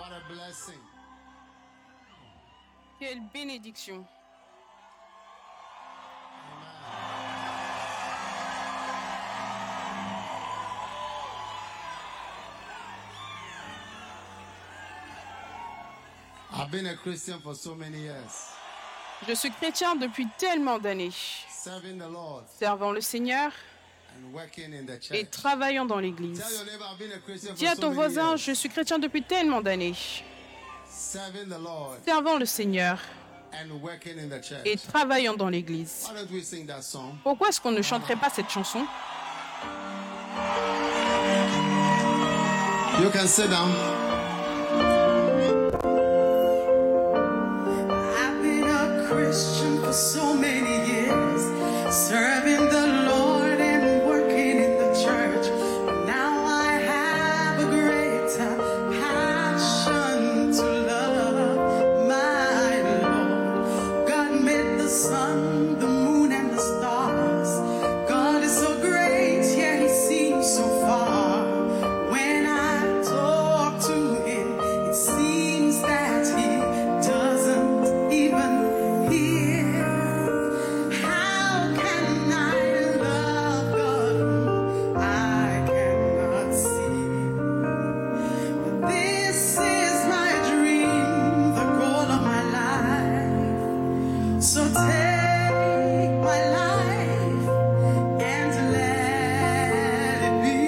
Quelle bénédiction. I've been a Christian for so many years. Je suis chrétien depuis tellement d'années, Serving the Lord servant le Seigneur and working in the et church. travaillant dans l'église. Tell your neighbor, I've been a Christian Dis à for so ton many voisin, years. je suis chrétien depuis tellement d'années, Serving the Lord servant le Seigneur and working in the church. et travaillant dans l'église. Why don't we sing that song? Pourquoi est-ce qu'on ne chanterait pas cette chanson? You can sit down. I've been a Christian for so many years, serving the Lord and working in the church. Now I have a greater passion to love my Lord. God made the sun, the moon, and the stars. God is so great, yet He seems so far. When I talk to Him, it seems that He doesn't even hear. How can I love God whom I cannot see? But this is my dream, the goal of my life. So take my life and let it be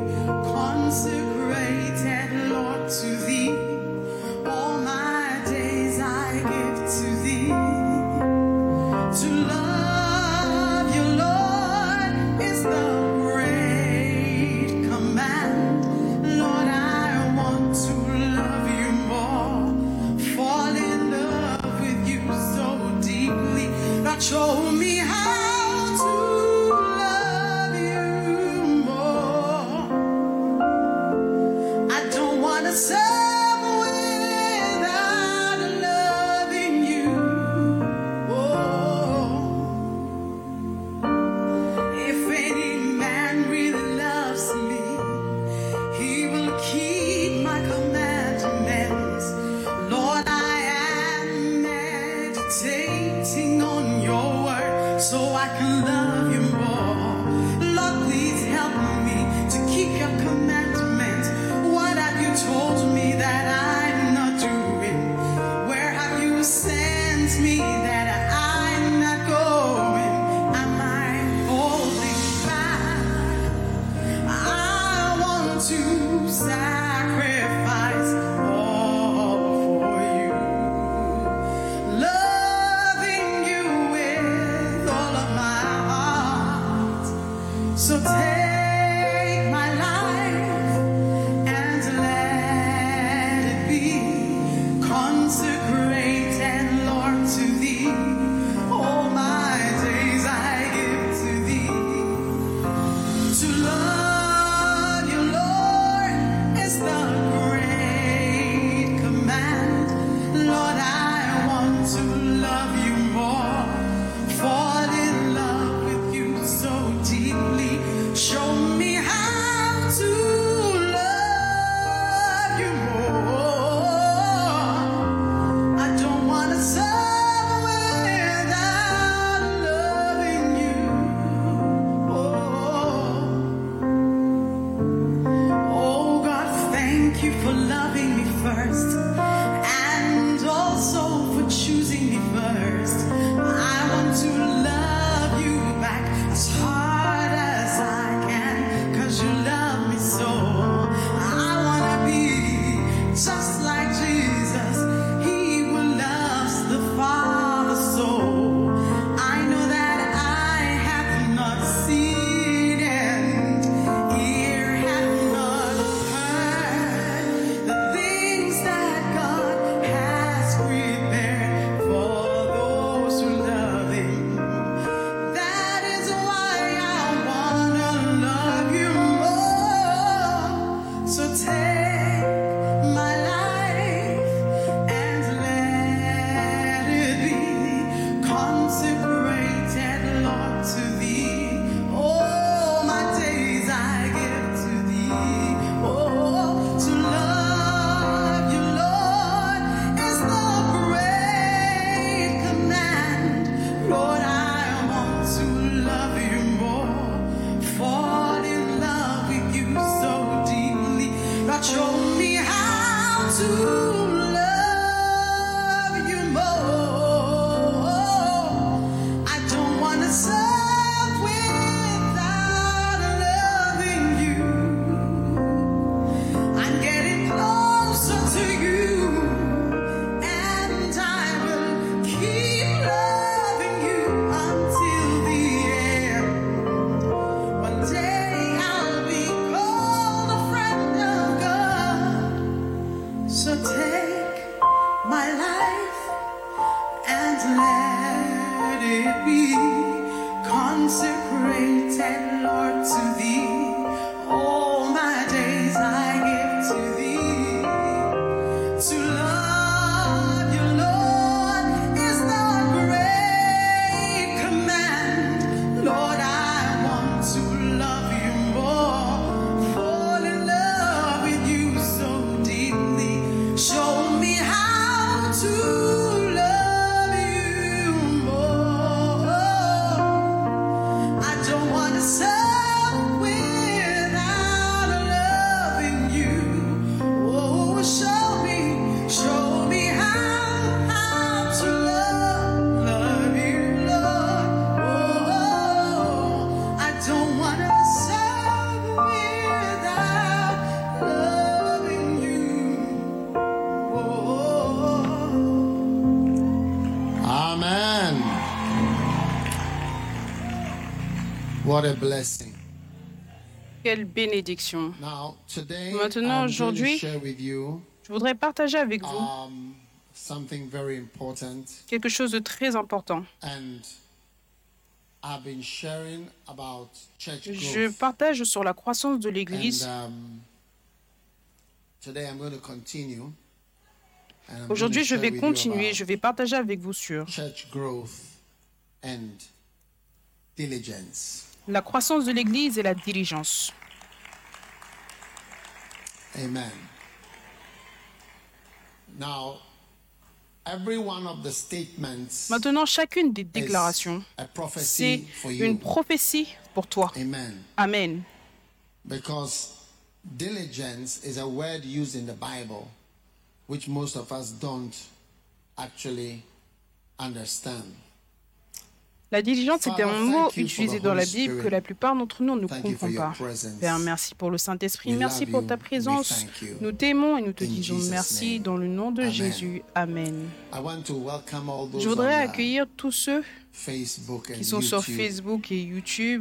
consecrated, Lord, to Thee. All my days I give to Thee. To love You, Lord, is the great command. Lord, I want to love You more, fall in love with You so deeply. Lord, show me how to love You more. I don't want to serve without loving You. Oh, if any man really loves me, he will keep my commandments. Lord, I am meditating on Your word so I can love You more. Lord, please help me to keep Your commandments. What have You told me that I'm not doing? Where have You sent me that I'm not going? Am I holding back? I want to sacrifice all for You, loving You with all of my heart. So take my life and let it be consecrated, Lord, to Thee. All my days I give to Thee. To love You, Lord, is the great command. Lord, I want to love You more, fall in love with You so deeply. Show me how to love You more. I don't want to serve without loving You. Oh God, thank You for loving me first, and also for choosing me first. I want to love You back as hard as I can, 'cause You love me so. I want to be just like Jesus, He who loves the Father so. I know that I have not seen and ear have not heard the things that God Lord, show me how to love you more. I don't want to serve without loving you. I'm getting closer to you, and I will keep loving you until the end. One day I'll be called a friend of God. So take my life and let it be consecrated, Lord, to thee. All my days I give to thee. To love you, Lord, is the great command. Lord, I want to love you more, fall in love with you so deeply. Show me how to love you more. I don't want to serve without loving you. Oh, show me how to love you, Lord. Oh, I don't want to serve without loving you. Oh. Amen. What a blessing. Quelle bénédiction. Now, today, Maintenant, I'm going to aujourd'hui, share with you Je voudrais partager avec vous something very important. quelque chose de très important. And I've been sharing about church Je growth. partage sur la croissance de l'Église. And today I'm going to continue. And I'm Aujourd'hui, going to je share vais with you continuer, about je vais partager avec vous sur church growth and diligence. la croissance de l'Église et la diligence. Amen. Now, every one of the statements Maintenant, chacune des is déclarations, a c'est prophecy for you. une prophétie pour toi. Amen. Amen. Because diligence is a word used in the Bible which most of us don't actually understand. La diligence est un Father, mot thank you utilisé for the dans la Holy Bible que Spirit. la plupart d'entre nous ne Thank you for comprennent your pas. presence. Père, merci pour le Saint-Esprit, We merci love pour you. ta We présence. thank you. Nous t'aimons et nous te In disons Jesus' merci name. dans le nom de Amen. Jésus. Amen. I want to welcome all those Je voudrais on accueillir tous ceux Facebook and qui sont sur YouTube. Facebook et YouTube.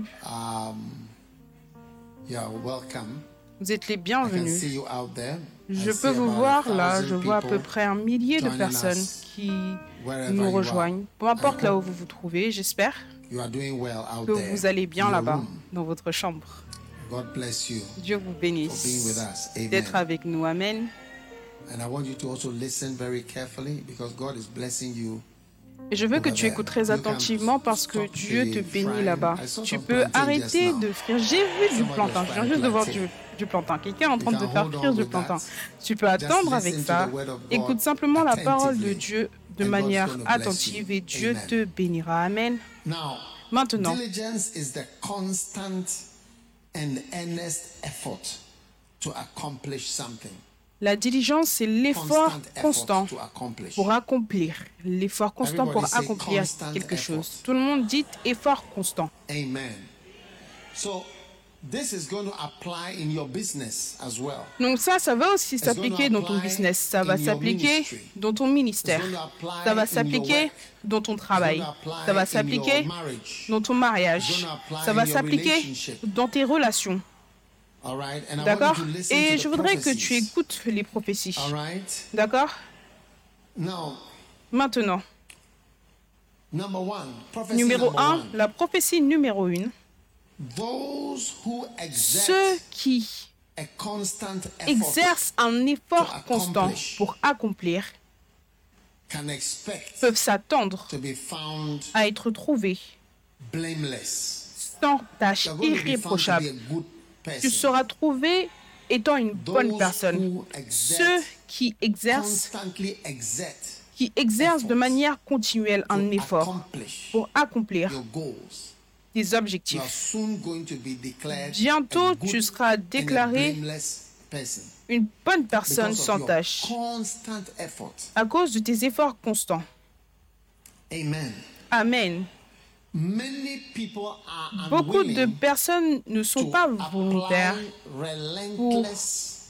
You're welcome. Vous êtes les I can bienvenus. see you out there. Je I see peux vous about voir 1,000 là, je vois à peu people près 1 millier de joining personnes us qui wherever nous you are. rejoignent. Peu importe là où vous vous trouvez, j'espère You are doing well out que there vous allez bien in your là-bas, room. dans votre chambre. God bless you Dieu vous for being with bénisse us. Amen. d'être avec nous. Amen. And I want you to also listen very carefully because God is blessing you. Et je veux que over tu there. écoutes très You can attentivement parce que stop Dieu the te bénit frying. là-bas. I saw Tu some peux plantain just arrêter now. de frire. J'ai vu du Somebody plantain. was Je viens juste de voir du plantain. Quelqu'un est en train de You te can faire hold on frire du with that. plantain. Tu peux attendre avec listen to ça. the word of God Écoute simplement la parole de attentively, Dieu de and manière God's gonna bless attentive you. et Dieu Amen. te bénira. Amen. Now, Maintenant, diligence is the constant and earnest effort to accomplish something. la diligence, c'est l'effort Constant effort constant to accomplish. pour accomplir. L'effort constant pour Everybody say accomplir constant quelque effort. chose. Tout le monde dit effort constant. Amen. So, this is going to apply in your business as well. Donc ça va aussi It's going to s'appliquer dans ton apply business, ça in va your s'appliquer ministry. dans ton ministère, It's going to apply ça va in your s'appliquer work. dans ton It's travail, going to apply ça va in s'appliquer your marriage. dans ton It's mariage, going to apply ça in va your s'appliquer relationship. dans tes relations, All right? And I want d'accord? you to listen Et to je the voudrais que tu prophecies. écoutes les prophéties, All right? d'accord? Now, Maintenant, number one, prophecy numéro number 1, one. la prophétie numéro 1, Those who ceux exert qui a constant effort exercent un effort to constant accomplish. pour accomplir can expect peuvent s'attendre to be found à être trouvés blameless. sans tâche, You're going to be found to be irréprochables. a good Tu person. seras trouvé étant une bonne Those personne. who Ceux exert, qui exercent constantly de manière continuelle un to effort accomplish pour accomplir your goals. des You are objectifs. soon going to be declared Bientôt, a good tu seras and a déclaré blameless person une bonne personne because sans of your tâche constant effort. à cause de tes efforts constants. Amen. Amen. Many people are Beaucoup de unwilling personnes ne sont to pas volontaires apply relentless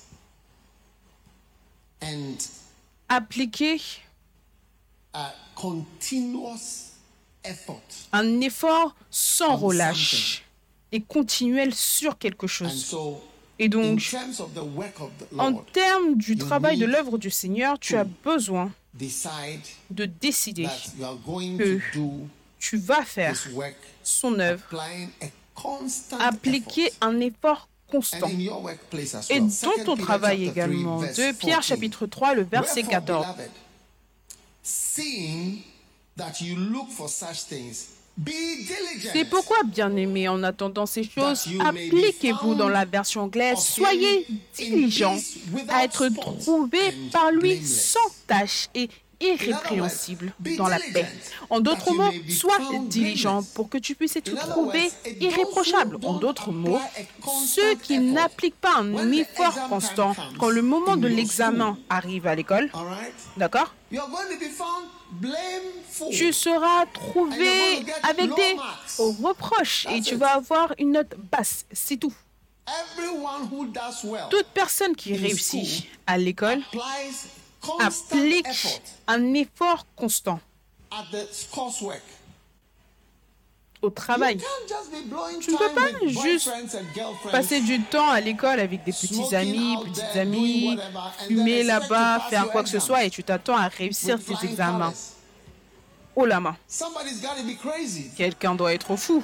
and appliquer continuous effort. un effort sans On relâche et continuel sur quelque And chose. so, Et in donc, terms of the work of the en Lord, termes du you travail de need l'œuvre du Seigneur, tu as besoin decide de décider that you are going que to do tu vas faire this work, son œuvre, applying a constant appliquer effort. un effort And constant. in your workplace as Et well. dans 2 ton Peter travail chapter 3, également. verse 2 Pierre 14. chapitre 3, le verset Wherefore, 14. beloved, seeing that you look for such things, be diligent. C'est pourquoi, bien-aimés, en attendant ces choses, That you may be appliquez-vous found dans la version anglaise, of soyez him in diligents peace without à être spot trouvés and par lui blameless. sans tâche et irrépréhensible dans la paix. En d'autres mots, sois diligent pour que tu puisses être trouvé irréprochable. En d'autres mots, ceux qui n'appliquent pas un effort constant quand le moment de l'examen arrive à l'école, All right? d'accord, You are going to be found blameful. tu seras trouvé avec des reproches et tu vas avoir une note basse, c'est tout. Everyone who does well Toute personne qui réussit à l'école applies constant applique effort un effort constant at the coursework. au You travail. can't just be blowing Tu ne peux time pas with juste boyfriends and girlfriends, passer du temps à l'école avec des petits smoking amis, out petites there, doing amies, whatever, and then fumer expect là-bas, to pass faire your quoi que ce exams soit et tu t'attends à réussir with tes flying examens. colors. Oh la main, Somebody's got to be crazy. quelqu'un doit être fou.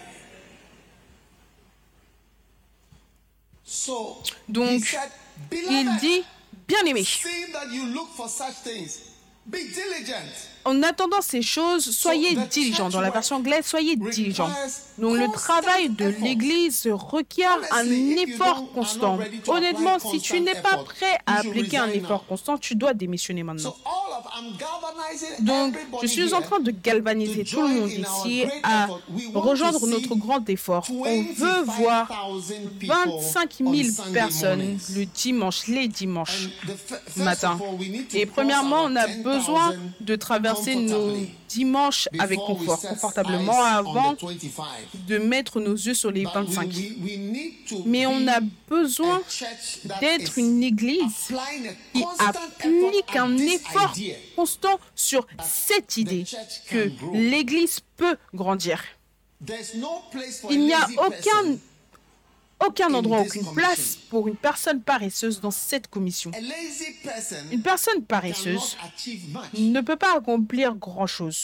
So Donc, he said, il beloved, dit, bien-aimé, seeing that you look for such things, be diligent. en attendant ces choses, soyez diligents. Dans la version anglaise, soyez diligents. Donc le travail de l'Église requiert un effort constant. Honnêtement, si tu n'es pas prêt à appliquer un effort constant, tu dois démissionner maintenant. So all of I'm galvanizing Donc, everybody je suis here en train de galvaniser tout le monde ici à rejoindre notre grand effort. On veut voir 25 000 personnes le dimanche, les dimanches matin. Et premièrement, on a besoin de traverser nos dimanches avec confort, confortablement, avant de mettre nos yeux sur les 25. Mais on a besoin d'être une église qui applique un effort constant sur cette idée que l'église peut grandir. Il n'y a aucun endroit, aucune place pour une personne paresseuse dans cette commission. Une personne paresseuse ne peut pas accomplir grand-chose.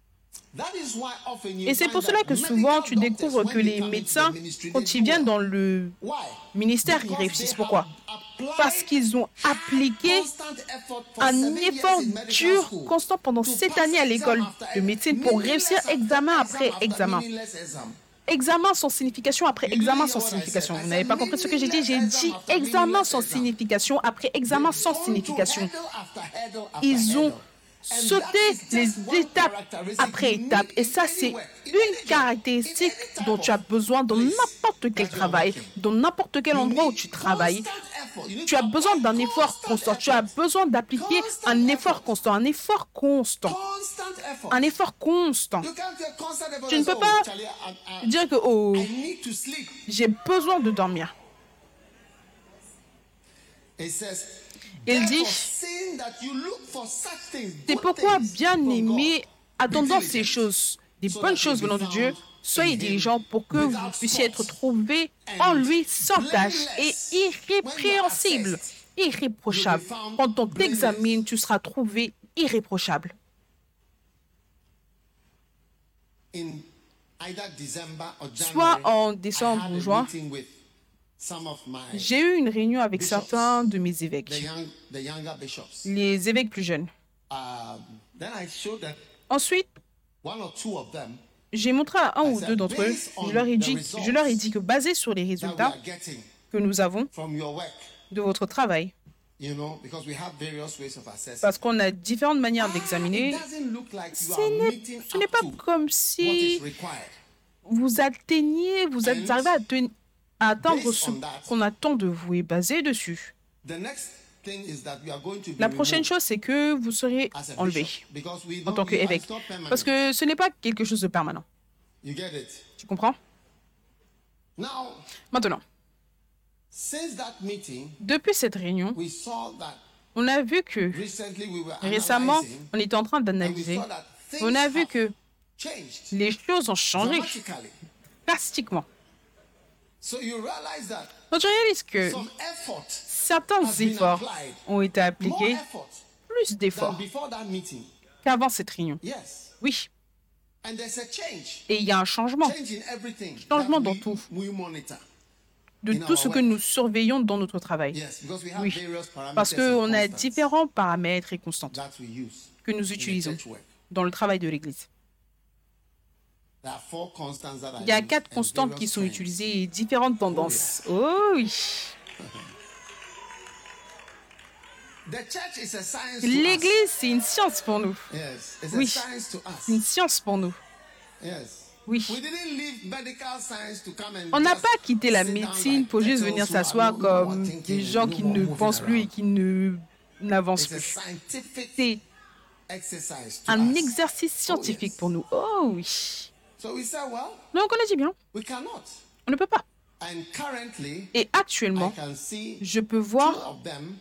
Et c'est pour cela que souvent tu découvres que les médecins, quand ils viennent dans le ministère, ils réussissent. Pourquoi? Parce qu'ils ont appliqué un effort dur, constant pendant 7 années à l'école de médecine pour réussir examen après examen. Examen sans signification après examen sans signification. Vous n'avez pas compris ce que j'ai dit? J'ai dit examen sans signification après examen sans signification. Ils ont sauté les étapes après étapes. Et ça, c'est une caractéristique dont tu as besoin dans n'importe quel travail, dans n'importe quel endroit où tu travailles. Tu as besoin d'un effort constant. Tu as besoin d'appliquer un effort constant. Un effort constant. Un effort constant. Tu ne peux pas dire que oh, j'ai besoin de dormir. Il dit, c'est pourquoi, bien-aimés, attendant ces choses, des bonnes choses venant de Dieu, soyez diligents pour que vous puissiez être trouvés en lui sans tâche et irrépréhensibles, irréprochables. Quand on t'examine, tu seras trouvé irréprochable. Soit en décembre ou juin, j'ai eu une réunion avec certains de mes évêques, les évêques plus jeunes. Ensuite, j'ai montré à un ou deux d'entre eux, je leur ai dit que basé sur les résultats que nous avons de votre travail, parce qu'on a différentes manières d'examiner, ce n'est pas comme si vous arrivez à atteindre ce qu'on attend de vous est basé dessus. La prochaine chose, c'est que vous serez enlevé en tant qu'évêque. Parce que ce n'est pas quelque chose de permanent. Tu comprends? Maintenant, depuis cette réunion, on a vu que récemment, on était en train d'analyser. On a vu que les choses ont changé drastiquement. Donc, tu réalises que certains efforts ont été appliqués, plus d'efforts qu'avant cette réunion. Oui. Et il y a un changement dans tout, de tout ce que nous surveillons dans notre travail. Oui, parce qu'on a différents paramètres et constantes que nous utilisons dans le travail de l'Église. Il y a 4 constantes qui sont utilisées et différentes tendances. Oh oui. L'Église, c'est une science pour nous. Oui, c'est une science pour nous. Oui. On n'a pas quitté la médecine pour juste venir s'asseoir comme des gens qui ne pensent plus et qui n'avancent plus. C'est un exercice scientifique pour nous. Oh oui. Donc on a dit bien, on ne peut pas. Et actuellement, je peux voir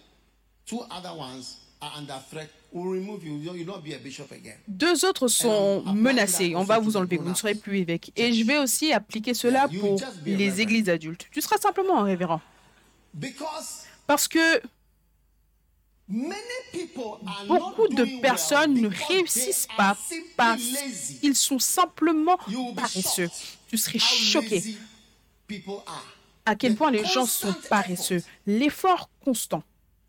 deux autres sont menacés. On va vous enlever, vous ne serez plus évêque. Et je vais aussi appliquer cela pour les églises adultes. Tu seras simplement un révérend. Parce que beaucoup de personnes ne réussissent pas parce qu'ils sont simplement paresseux. Tu serais choqué à quel point les gens sont paresseux. L'effort constant.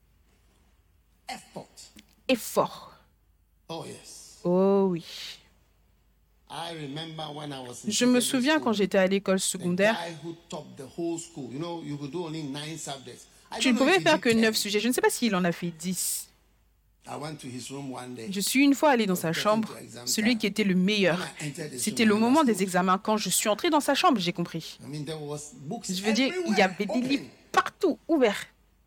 Effort. Oh oui. Je me souviens quand j'étais à l'école secondaire, tu ne pouvais faire que 9 sujets. Je ne sais pas s'il en a fait 10. Je suis une fois allé dans sa chambre, celui qui était le meilleur. C'était le moment des examens. Quand je suis entré dans sa chambre, j'ai compris. Je veux dire, il y avait des livres partout, ouverts.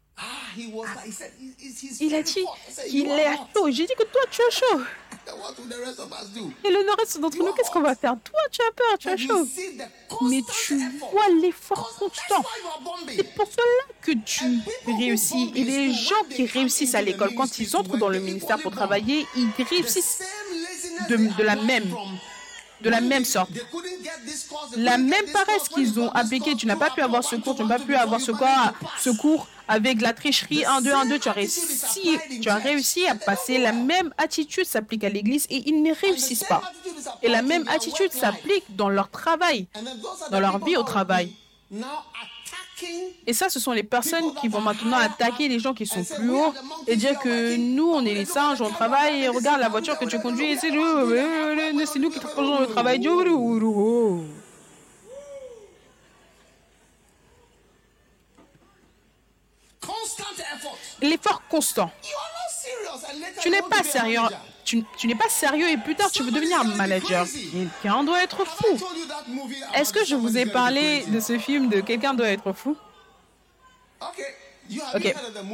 Il a dit qu'il est à chaud. J'ai dit que toi, tu as chaud. Et le reste d'entre nous, qu'est-ce qu'on va faire? Toi, tu as peur, tu as chaud. Mais tu vois l'effort constant. C'est pour cela que tu réussis. Et les gens qui réussissent à l'école, quand ils entrent dans le ministère pour travailler, ils réussissent de la même sorte. La même paresse qu'ils ont appliquée, tu n'as pas pu avoir ce cours, tu n'as pas pu avoir ce cours avec la tricherie 1, 2, 1, 2, tu as réussi à passer. La même attitude s'applique à l'église et ils ne réussissent pas. Et la même attitude s'applique dans leur travail, dans leur vie au travail. Et ça, ce sont les personnes qui vont maintenant attaquer les gens qui sont plus hauts et dire que nous, on est les singes, on travaille, et regarde la voiture que tu conduis, et c'est nous qui faisons le travail. L'effort constant. Tu n'es pas sérieux. Tu n'es pas sérieux et plus tard tu veux devenir un manager. Quelqu'un doit être fou. Est-ce que je vous ai parlé de ce film de Quelqu'un doit être fou? Ok.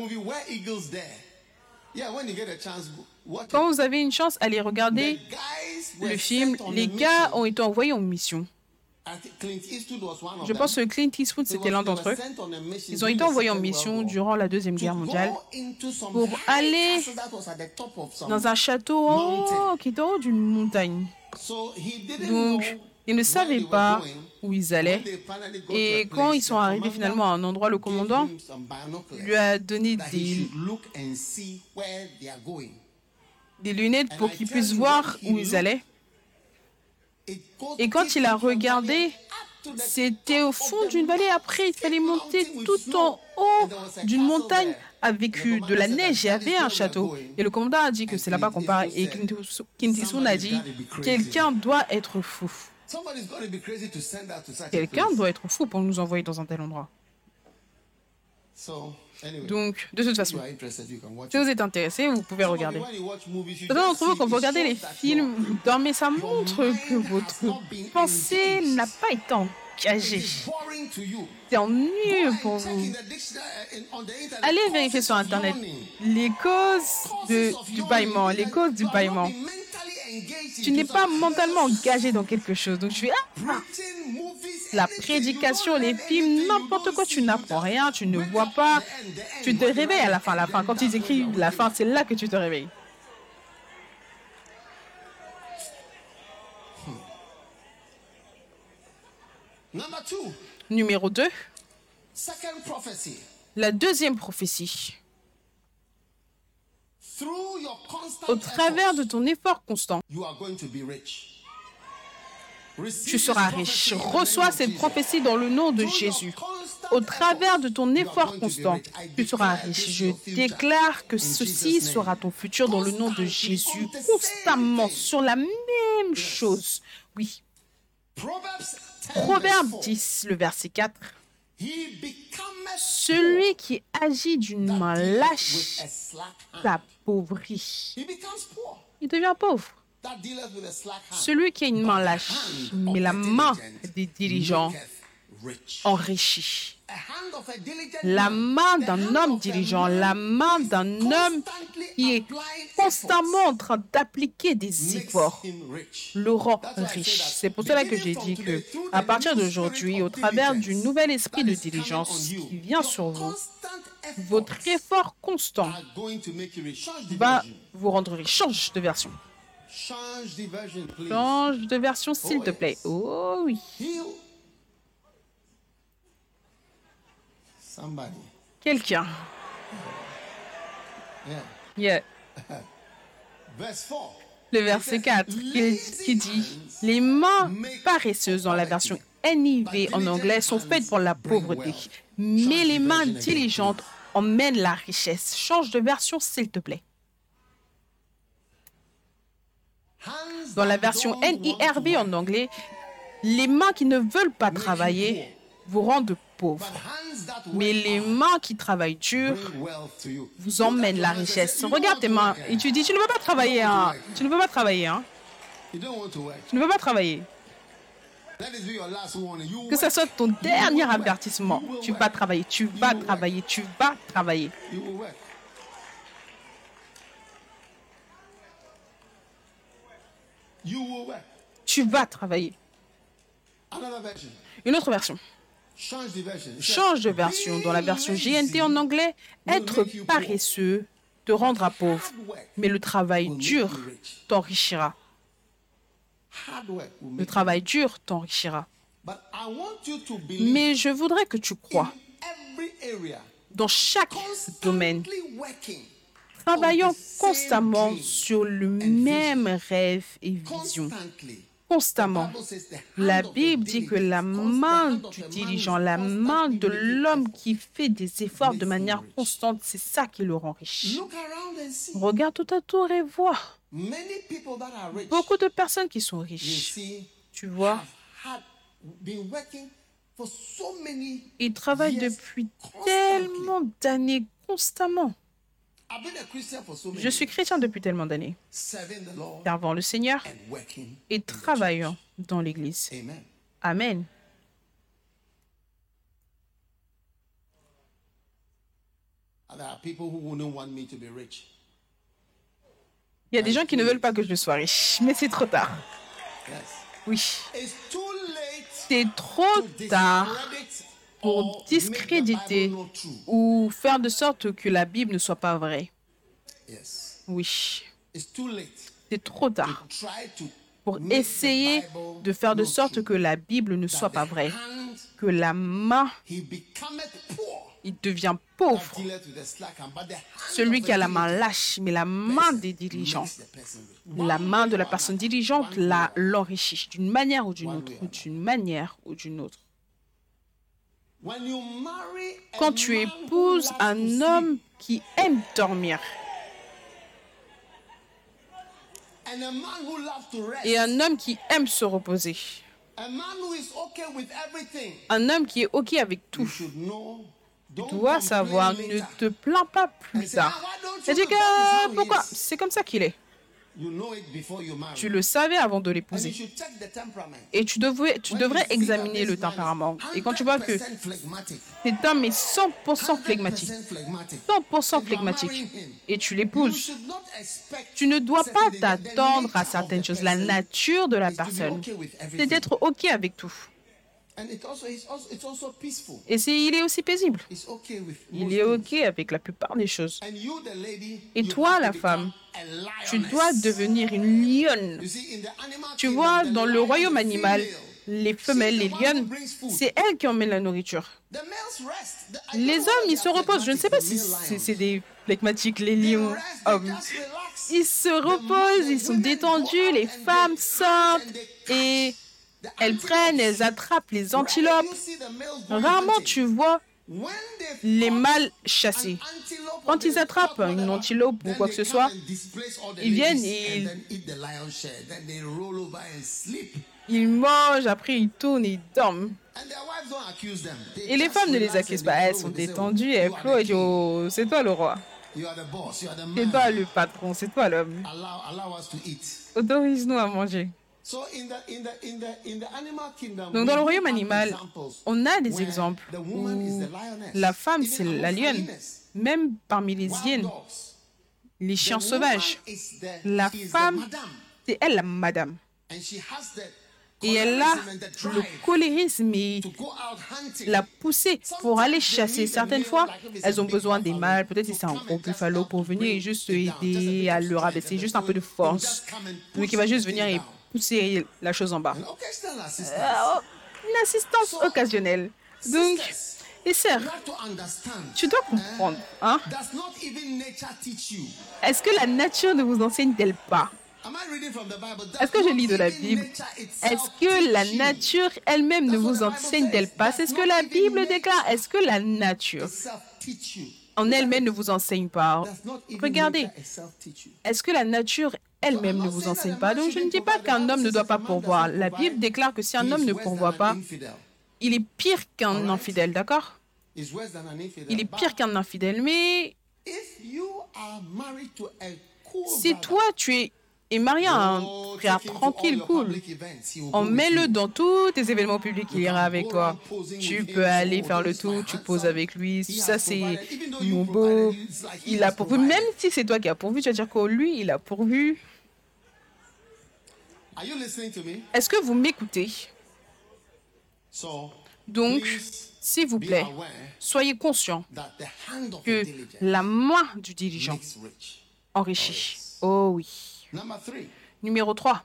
Quand vous avez une chance, allez regarder le film. Les gars ont été envoyés en mission. Je pense que Clint Eastwood, c'était l'un d'entre eux. Ils ont été envoyés en mission durant la Deuxième Guerre mondiale pour aller dans un château qui était en haut d'une montagne. Donc, ils ne savaient pas où ils allaient. Et quand ils sont arrivés finalement à un endroit, le commandant lui a donné des lunettes pour qu'ils puissent voir où ils allaient. Et quand il a regardé, c'était au fond d'une vallée. Après, il fallait monter tout en haut d'une montagne avec de la neige. Il y avait un château. Et le commandant a dit que c'est là-bas qu'on part. Et Clint Eastwood a dit, quelqu'un doit être fou. Quelqu'un doit être fou pour nous envoyer dans un tel endroit. Donc, de toute façon, si vous êtes intéressé, vous pouvez regarder. Certains d'entre vous, quand vous regardez les films, vous dormez, ça montre que votre pensée n'a pas été en engagé. It's boring to you. C'est ennuyeux pour Check vous. in the dictionary, on the internet. Allez vérifier sur Internet les causes du bâillement, les causes du bâillement. Tu n'es pas mentalement engagé dans quelque chose. Donc tu fais la prédication, les films, n'importe quoi, tu n'apprends rien, tu ne vois pas. Tu te réveilles à la fin. Quand ils écrivent la fin, c'est là que tu te réveilles. Number 2, Numéro 2, second prophecy. la deuxième prophétie. Through your constant Au travers efforts, de ton effort constant, you are going to be rich. tu seras riche. Reçois cette prophétie dans le nom de Jésus. Au travers de ton effort constant, tu seras riche. Je déclare que ceci sera ton futur dans le nom de Jésus. Constamment sur la même chose. Oui. Proverbe 10, le verset 4. Celui qui agit d'une main lâche s'appauvrit. Il devient pauvre. Celui qui a une main lâche, mais la main des diligents enrichit. La main d'un homme diligent, la main d'un homme qui est constamment en train d'appliquer des efforts, le rend riche. C'est pour cela que j'ai dit que, à partir d'aujourd'hui, au travers du nouvel esprit de diligence qui vient sur vous, votre effort constant va vous rendre riche. Change de version. Change the version, please. Change de version, s'il te plaît. Oh oui. Somebody. Quelqu'un. Yeah. Yeah. Verse 4. Le verset 4 qui dit « Les mains paresseuses » dans la version NIV en anglais sont faites pour la pauvreté, mais les mains diligentes emmènent la richesse. Change de version, s'il te plaît. Dans la version NIRV en anglais, les mains qui ne veulent pas travailler vous rendent pauvres, mais les mains qui travaillent dur vous emmènent la richesse. Regarde tes mains et tu dis, tu ne veux pas travailler, hein. Tu ne veux pas travailler, hein. Tu ne veux pas travailler. Que ce soit ton dernier avertissement. Tu vas travailler, tu vas travailler, tu vas travailler. Tu vas travailler. Une autre version. Change de version. Dans la version GNT en anglais, être paresseux te rendra pauvre, mais le travail dur t'enrichira. Le travail dur t'enrichira. Mais je voudrais que tu crois dans chaque domaine, travaillant constamment sur le même rêve et vision. Constamment. La Bible dit que la main du diligent, la main de l'homme qui fait des efforts de manière constante, c'est ça qui le rend riche. Regarde tout autour et vois. Beaucoup de personnes qui sont riches, tu vois, ils travaillent depuis tellement d'années constamment. Je suis chrétien depuis tellement d'années, servant le Seigneur et travaillant dans l'Église. Amen. Il y a des gens qui ne veulent pas que je sois riche, mais c'est trop tard. Oui. C'est trop tard pour discréditer ou faire de sorte que la Bible ne soit pas vraie. Oui. C'est trop tard pour essayer de faire de sorte que la Bible ne soit pas vraie. Que la main, il devient pauvre. Celui qui a la main lâche, mais la main des diligents, la main de la personne diligente l'enrichit d'une manière ou d'une autre, ou d'une manière ou d'une autre. Quand tu épouses un homme qui aime dormir et un homme qui aime se reposer, un homme qui est OK avec tout, tu dois savoir, ne te plains pas plus tard. C'est-à-dire que, pourquoi? C'est comme ça qu'il est. Tu le savais avant de l'épouser. Et tu devrais examiner le tempérament. Et quand tu vois que cet homme est 100% flegmatique, 100% flegmatique, et tu l'épouses, tu ne dois pas t'attendre à certaines choses. La nature de la personne, c'est d'être OK avec tout. Et il est aussi paisible. Il est OK avec la plupart des choses. Et toi, la femme, tu dois devenir une lionne. Tu vois, dans le royaume animal, les femelles, les lionnes, c'est elles qui emmènent la nourriture. Les hommes, ils se reposent. Je ne sais pas si c'est des flegmatiques, les lions hommes. Ils se reposent, ils sont détendus, les femmes sortent et elles prennent, elles attrapent les antilopes. Rarement tu vois les mâles chassés. Quand ils attrapent une antilope ou quoi que ce soit, ils viennent et ils mangent, après ils tournent et ils dorment. Et les femmes ne les accusent pas. Elles sont détendues, elles pleurent et disent « Oh, c'est toi le roi. C'est toi le patron, c'est toi l'homme. Autorise-nous à manger. » Donc dans le royaume animal, on a des exemples où la femme, c'est la lionne. Même parmi les hyènes, les chiens sauvages, la femme, c'est elle la madame. Et elle a le cholérisme et la poussée pour aller chasser. Certaines fois, elles ont besoin des mâles. Peut-être que c'est un gros buffalo pour venir et juste aider à le rabaisser, juste un peu de force. Donc il va juste venir et pousser la chose en bas. Une assistance occasionnelle. Donc, les sœurs, tu dois comprendre. Hein? Est-ce que la nature ne vous enseigne-t-elle pas? Est-ce que je lis de la Bible? Est-ce que la nature elle-même ne vous enseigne-t-elle pas? C'est ce que la Bible déclare. Est-ce que la nature en elle-même ne vous enseigne pas? Regardez. Est-ce que la nature elle-même ne vous enseigne pas? Donc je ne dis pas qu'un homme ne doit pas pourvoir. La Bible déclare que si un homme ne pourvoit pas, il est pire qu'un infidèle, d'accord? Il est pire qu'un infidèle, mais si toi tu es marié à un frère tranquille, cool, emmène-le dans tous tes événements publics, il ira avec toi. Tu peux aller faire le tour, tu poses avec lui, ça c'est mon beau, il a pourvu. Même si c'est toi qui as pourvu, tu vas dire que lui, il a pourvu. Est-ce que vous m'écoutez? Donc, s'il vous plaît, soyez conscients que la main du diligent enrichit. Oh oui. Numéro 3.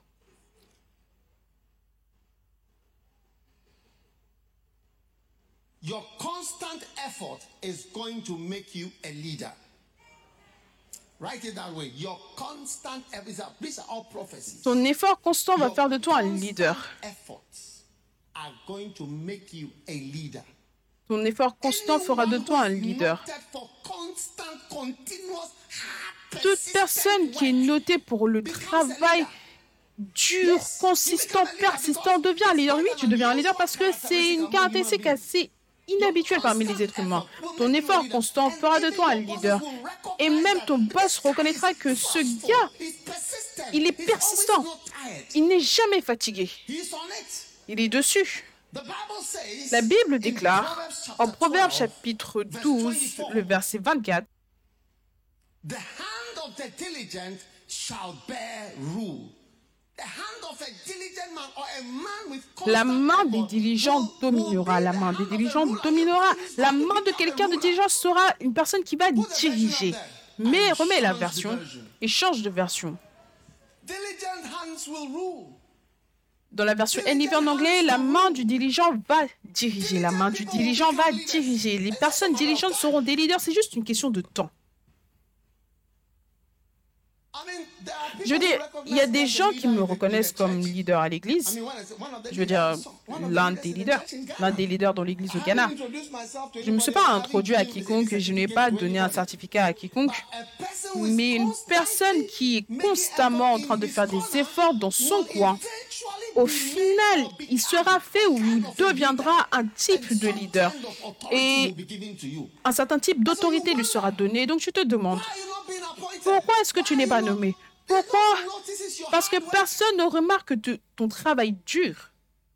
Your constant effort is going to make you a leader. Write it that way. Your constant effort. These are all prophecies. Ton effort constant va faire de toi un leader. Are going to make you a leader. Ton effort constant fera de toi un leader. Toute personne qui est notée pour le travail dur, consistant, persistant devient un leader. Oui, tu deviens un leader parce que c'est une caractéristique assez inhabituelle parmi les êtres humains. Ton effort constant fera de toi un leader. Et même ton boss reconnaîtra que ce gars, il est persistant. Il n'est jamais fatigué. Il est dessus. La Bible déclare, en Proverbes chapitre 12, le verset 24, la main des diligents dominera. La main des diligents dominera. La main de quelqu'un de diligent sera une personne qui va diriger. Mais remets la version et change de version. Dans la version NIV en anglais, la main du diligent va diriger. La main du diligent va diriger. Les personnes diligentes seront des leaders. C'est juste une question de temps. Je veux dire, il y a des gens qui me reconnaissent comme leader à l'église. Je veux dire, l'un des leaders dans l'église au Ghana. Je ne me suis pas introduit à quiconque, je n'ai pas donné un certificat à quiconque. Mais une personne qui est constamment en train de faire des efforts dans son coin, au final, il sera fait ou il deviendra un type de leader. Et un certain type d'autorité lui sera donné. Donc je te demande, pourquoi est-ce que tu n'es pas nommé? Pourquoi? Parce que personne ne remarque ton travail dur.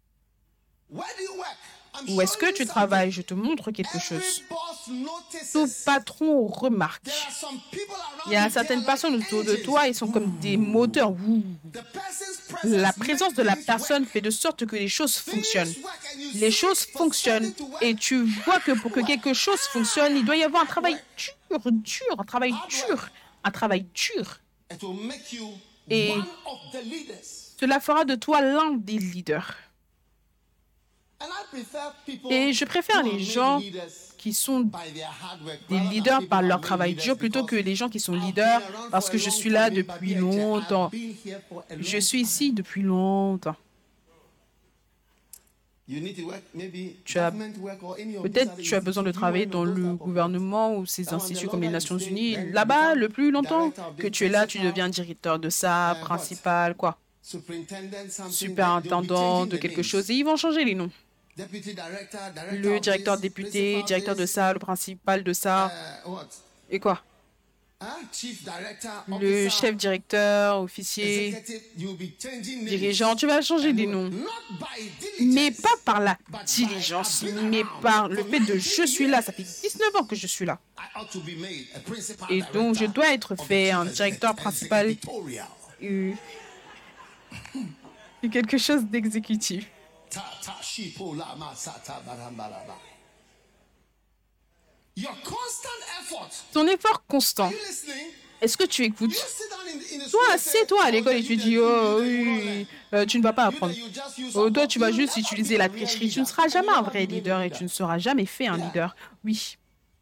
Où est-ce que tu travailles? Je te montre quelque chose. Tout patron remarque. Il y a certaines personnes autour de toi, ils sont comme des moteurs. La présence de la personne fait de sorte que les choses fonctionnent. Les choses fonctionnent et tu vois que pour que quelque chose fonctionne, il doit y avoir un travail dur. Et cela fera de toi l'un des leaders. Et je préfère les gens qui sont des leaders par leur travail dur plutôt que les gens qui sont leaders parce que je suis là depuis longtemps. Je suis ici depuis longtemps. Peut-être tu as besoin de travailler dans le gouvernement ou ces instituts comme les Nations Unies. Là-bas, le plus longtemps que tu es là, tu deviens directeur de ça, principal, quoi. Superintendant de quelque chose. Et ils vont changer les noms. Le directeur député, directeur de ça, le principal de ça. Et quoi? Le chef directeur, officier, dirigeant, tu vas changer des noms. Mais pas par la diligence, mais par le fait de je suis là. Ça fait 19 ans que je suis là. Et donc, je dois être fait un directeur principal et quelque chose d'exécutif. Ton effort constant. Est-ce que tu écoutes? Toi, assieds-toi à l'école et tu dis, oh oui, tu ne vas pas apprendre. Oh, toi, tu vas juste utiliser la tricherie. Tu ne seras jamais un vrai leader et tu ne seras jamais fait un leader. Oui.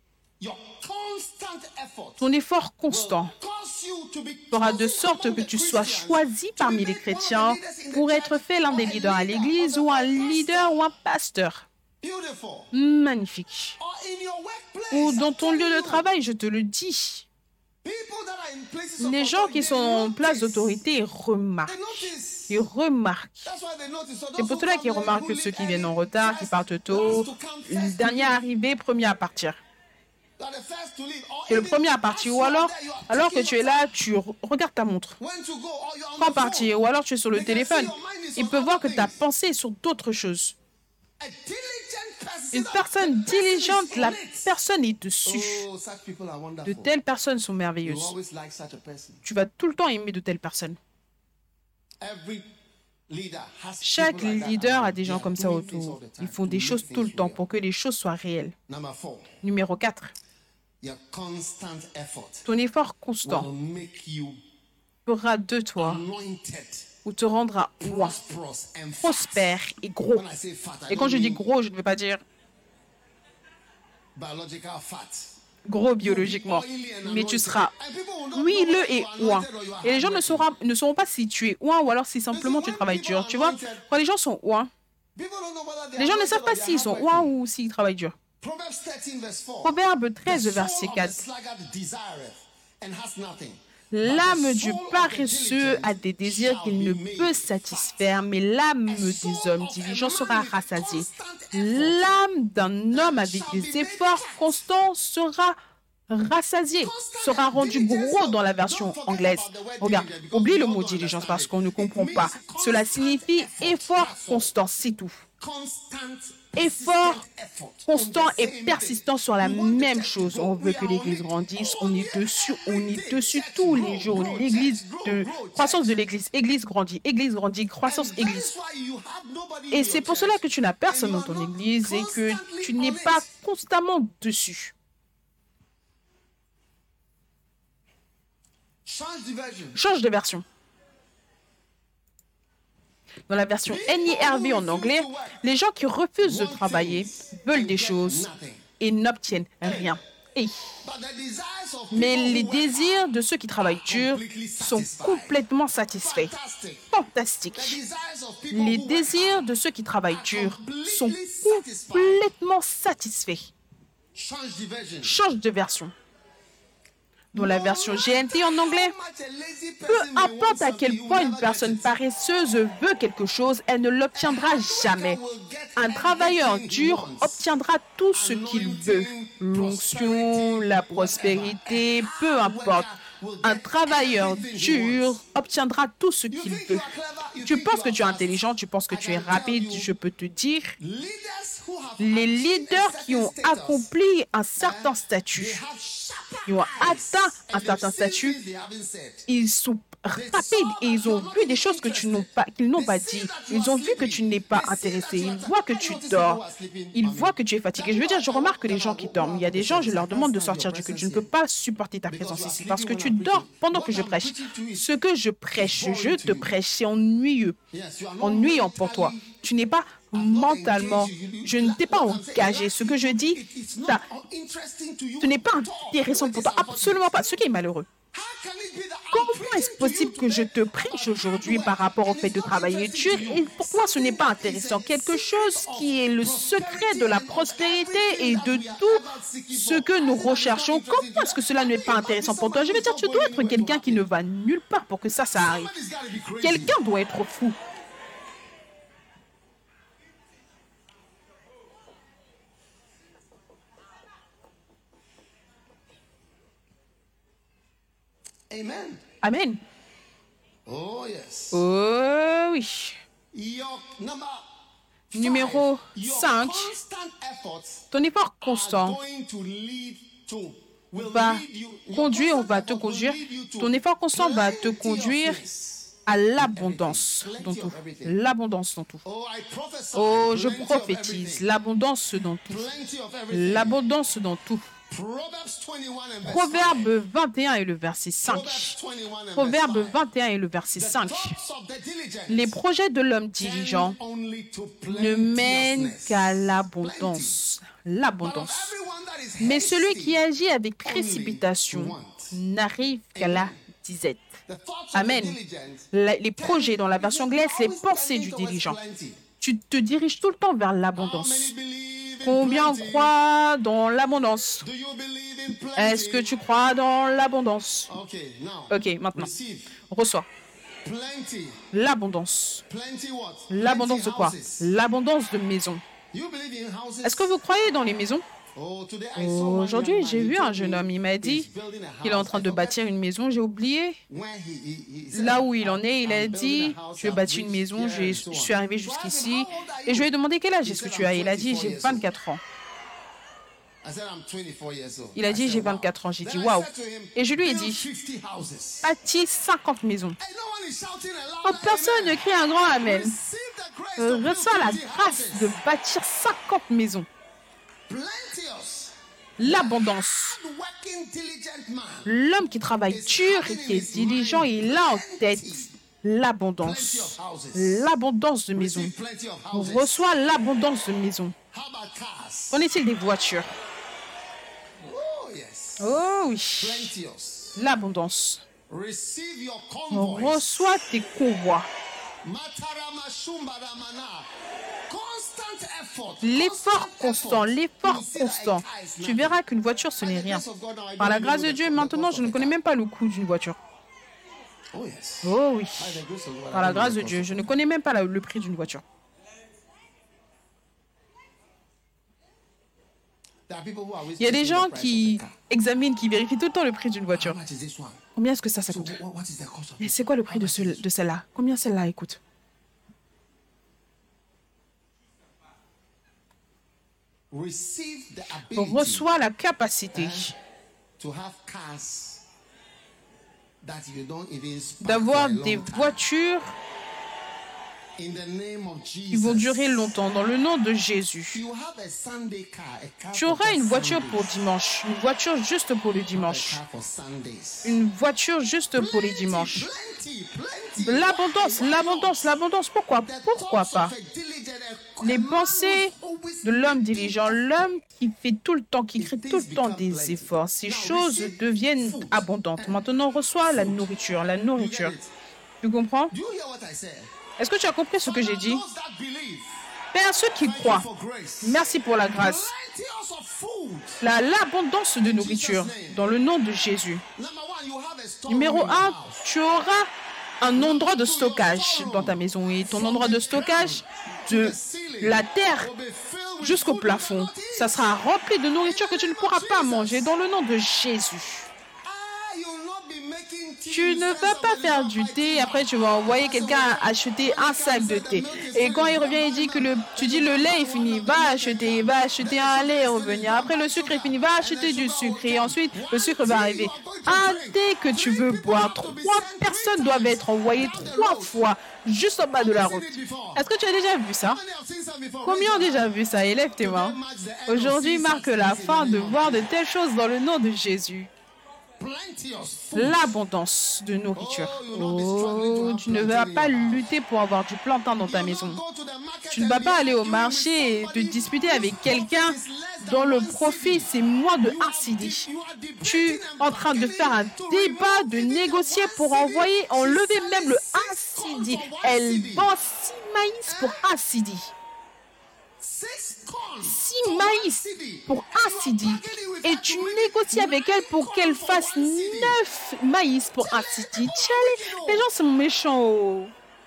Ton effort constant fera de sorte que tu sois choisi parmi les chrétiens pour être fait l'un des leaders à l'église ou un leader ou un pasteur. Magnifique. Ou dans ton lieu de travail, je te le dis. Les gens qui sont en place d'autorité remarquent. Ils remarquent. C'est pour cela qu'ils remarquent ceux qui viennent en retard, qui partent tôt. Le dernier arrivé, premier à partir. C'est le premier à partir. Ou alors que tu es là, tu regardes ta montre. Quand partir. Ou alors tu es sur le téléphone. Il peut voir que ta pensée est sur d'autres choses. Une personne diligente, la personne est dessus. De telles personnes sont merveilleuses. Tu vas tout le temps aimer de telles personnes. Chaque leader a des gens comme ça autour. Ils font des choses tout le temps pour que les choses soient réelles. Numéro 4. Ton effort constant fera de toi ou te rendra roi, prospère et gros. Et quand je dis gros, je ne veux pas dire gros biologiquement, mais tu seras huileux et ouin. Et les gens ne sauront pas si tu es ouin ou alors si simplement tu travailles dur. Tu vois, quand les gens sont ouin, les gens ne savent pas s'ils sont ouin ou s'ils travaillent dur. Proverbe 13, verset 4. L'âme du paresseux a des désirs qu'il ne peut satisfaire, mais l'âme des hommes diligents sera rassasiée. L'âme d'un homme avec des efforts constants sera rassasiée, sera rendue gros dans la version anglaise. Regarde, oublie le mot diligence parce qu'on ne comprend pas. Cela signifie effort constant, c'est tout. Effort constant et persistant sur la même chose. On veut que l'Église grandisse, on est dessus tous les jours. Croissance de l'Église, Église grandit, croissance Église. Et c'est pour cela que tu n'as personne dans ton Église et que tu n'es pas constamment dessus. Change de version. Dans la version NIRV en anglais, les gens qui refusent de travailler veulent des choses et n'obtiennent rien. Mais les désirs de ceux qui travaillent dur sont complètement satisfaits. Fantastique. Les désirs de ceux qui travaillent dur sont complètement satisfaits. Change de version. Dans la version GNT en anglais, peu importe à quel point une personne paresseuse veut quelque chose, elle ne l'obtiendra jamais. Un travailleur dur obtiendra tout ce qu'il veut. L'onction, la prospérité, peu importe. Un travailleur dur obtiendra tout ce qu'il veut. Tu penses que tu es intelligent, tu penses que tu es rapide, je peux te dire, les leaders qui ont accompli un certain statut, qui ont atteint un certain statut, ils sont rapides et ils ont vu des choses que qu'ils n'ont pas dit. Ils ont vu que tu n'es pas intéressé. Ils voient que tu dors. Ils voient que tu es fatigué. Je veux dire, je remarque les gens qui dorment. Il y a des gens, je leur demande de sortir du culte. Je ne peux pas supporter ta présence ici parce que tu dors pendant que je prêche. Ce que je prêche, je te prêche, c'est ennuyant pour toi. Tu n'es pas mentalement, je ne t'ai pas engagé. Ce que je dis, ce n'est pas intéressant pour toi. Absolument pas. Ce qui est malheureux. Comment est-ce possible que je te prêche aujourd'hui par rapport au fait de travailler dur et pourquoi ce n'est pas intéressant? Quelque chose qui est le secret de la prospérité et de tout ce que nous recherchons. Comment est-ce que cela n'est pas intéressant pour toi? Je veux dire, tu dois être quelqu'un qui ne va nulle part pour que ça arrive. Quelqu'un doit être fou. Amen. Amen. Oh, yes. Oh oui. Numéro 5. Ton effort constant va te conduire. Ton effort constant va te conduire à l'abondance dans tout. L'abondance dans tout. Oh, je prophétise l'abondance dans tout. L'abondance dans tout. Proverbe 21 et le verset 5. Proverbe 21 et le verset 5. Les projets de l'homme diligent ne mènent qu'à l'abondance. L'abondance. Mais celui qui agit avec précipitation n'arrive qu'à la disette. Amen. Les projets dans la version anglaise, les pensées du diligent. Tu te diriges tout le temps vers l'abondance. Combien croient dans l'abondance? Est-ce que tu crois dans l'abondance? Ok, maintenant, reçois. L'abondance. L'abondance de quoi? L'abondance de maisons. Est-ce que vous croyez dans les maisons? Aujourd'hui, j'ai vu un jeune homme, il m'a dit qu'il est en train de bâtir une maison, j'ai oublié là où il en est, il a dit, je vais bâtir une maison, je suis arrivé jusqu'ici, et je lui ai demandé quel âge est-ce que tu as, il a dit, j'ai 24 ans. Il a dit, j'ai 24 ans, j'ai dit, waouh. Et je lui ai dit, bâtis 50 maisons. Oh, personne ne crie un grand amen. Reçois la grâce de bâtir 50 maisons. L'abondance. L'homme qui travaille dur et qui est diligent, il a en tête l'abondance. L'abondance de maisons. On reçoit l'abondance de maisons. Qu'en est-il des voitures? Oh oui. L'abondance. On reçoit tes convois. L'effort constant. Tu verras qu'une voiture, ce n'est rien. Par la grâce de Dieu, maintenant, je ne connais même pas le coût d'une voiture. Oh oui. Par la grâce de Dieu, je ne connais même pas le prix d'une voiture. Il y a des gens qui examinent, qui vérifient tout le temps le prix d'une voiture. Combien est-ce que ça coûte? Mais c'est quoi le prix de celle-là? Combien celle-là coûte? On reçoit la capacité d'avoir des voitures qui vont durer longtemps dans le nom de Jésus. Tu auras une voiture pour dimanche, une voiture juste pour le dimanche. Une voiture juste pour les dimanches. L'abondance. Pourquoi pas? Les pensées de l'homme diligent, l'homme qui fait tout le temps, qui crée tout le temps des efforts, ces choses deviennent abondantes. Maintenant, on reçoit la nourriture. Tu comprends? Est-ce que tu as compris ce que j'ai dit? Père, ceux qui croient, merci pour la grâce. L'abondance de nourriture dans le nom de Jésus. Numéro 1, tu auras un endroit de stockage dans ta maison. Et ton endroit de stockage, de la terre jusqu'au plafond, ça sera rempli de nourriture que tu ne pourras pas manger dans le nom de Jésus. Tu ne vas pas faire du thé, après tu vas envoyer quelqu'un acheter un sac de thé. Et quand il revient, il dit que tu dis le lait est fini, va acheter un lait et revenir. Après le sucre est fini, va acheter du sucre. Et ensuite, le sucre va arriver. Un thé que tu veux boire, 3 personnes doivent être envoyées 3 fois juste en bas de la route. Est-ce que tu as déjà vu ça? Combien ont déjà vu ça? Élève tes mains. Aujourd'hui marque la fin de voir de telles choses dans le nom de Jésus. L'abondance de nourriture. Oh, tu ne vas pas lutter pour avoir du plantain dans ta maison. Tu ne vas pas aller au marché et te disputer avec quelqu'un dont le profit c'est moins de 1 cedi. Tu es en train de faire un débat, de négocier pour enlever même le 1 cedi. Elle vend 6 maïs pour 1 cedi. 6 maïs pour 1 cedi. Et tu négocies avec elle pour qu'elle fasse 9 maïs pour 1 cedi. Les gens sont méchants. Oh.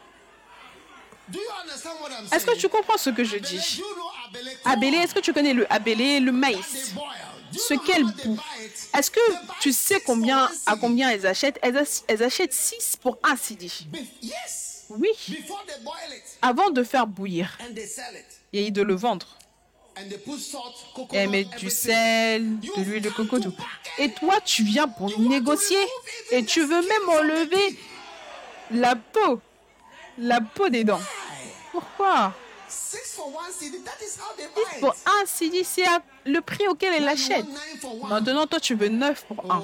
Est-ce que tu comprends ce que je dis? Abélé, est-ce que tu connais le abélé, le maïs? Ce qu'elle bout. Est-ce que tu sais à combien elles achètent? Elles achètent 6 pour 1 cedi. Oui. Avant de faire bouillir et de le vendre. Et elle met du sel, de l'huile de coco, tout. Et toi, tu viens pour négocier et tu veux même enlever la peau des dents. Pourquoi? 6 pour 1 cedi, c'est le prix auquel elle l'achète. Maintenant, toi, tu veux 9 pour 1.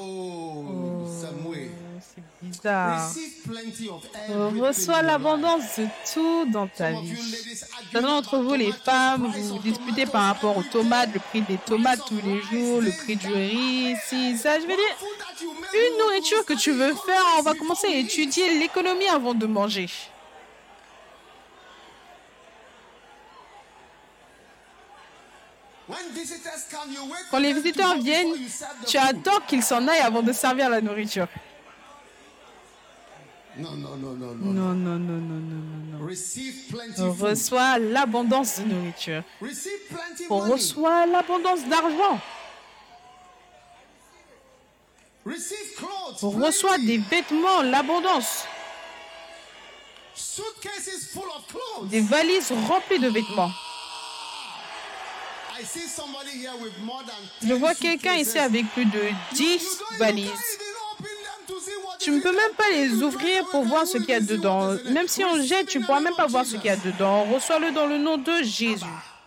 C'est bizarre. Reçois l'abondance de tout dans ta vie. Certains d'entre vous, les femmes, vous vous disputez par rapport aux tomates, le prix des tomates tous les jours, le prix du riz, ça. Je veux dire, une nourriture que tu veux faire, on va commencer à étudier l'économie avant de manger. Quand les visiteurs viennent, tu attends qu'ils s'en aillent avant de servir la nourriture. Non. Reçois l'abondance de nourriture. Reçois l'abondance d'argent. Reçois des vêtements, l'abondance. Des valises remplies de vêtements. Je vois quelqu'un ici avec plus de 10 valises. Tu ne peux même pas les ouvrir pour voir ce qu'il y a dedans. Même si on jette, tu ne pourras même pas voir ce qu'il y a dedans. Reçois-le dans le nom de Jésus.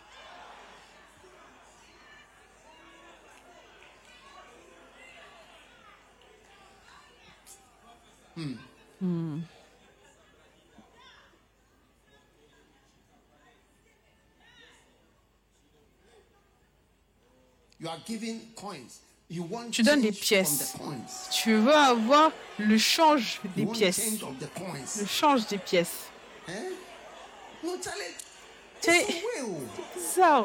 Tu donnes des pièces. Tu veux avoir le change des pièces. Le change des pièces. C'est bizarre.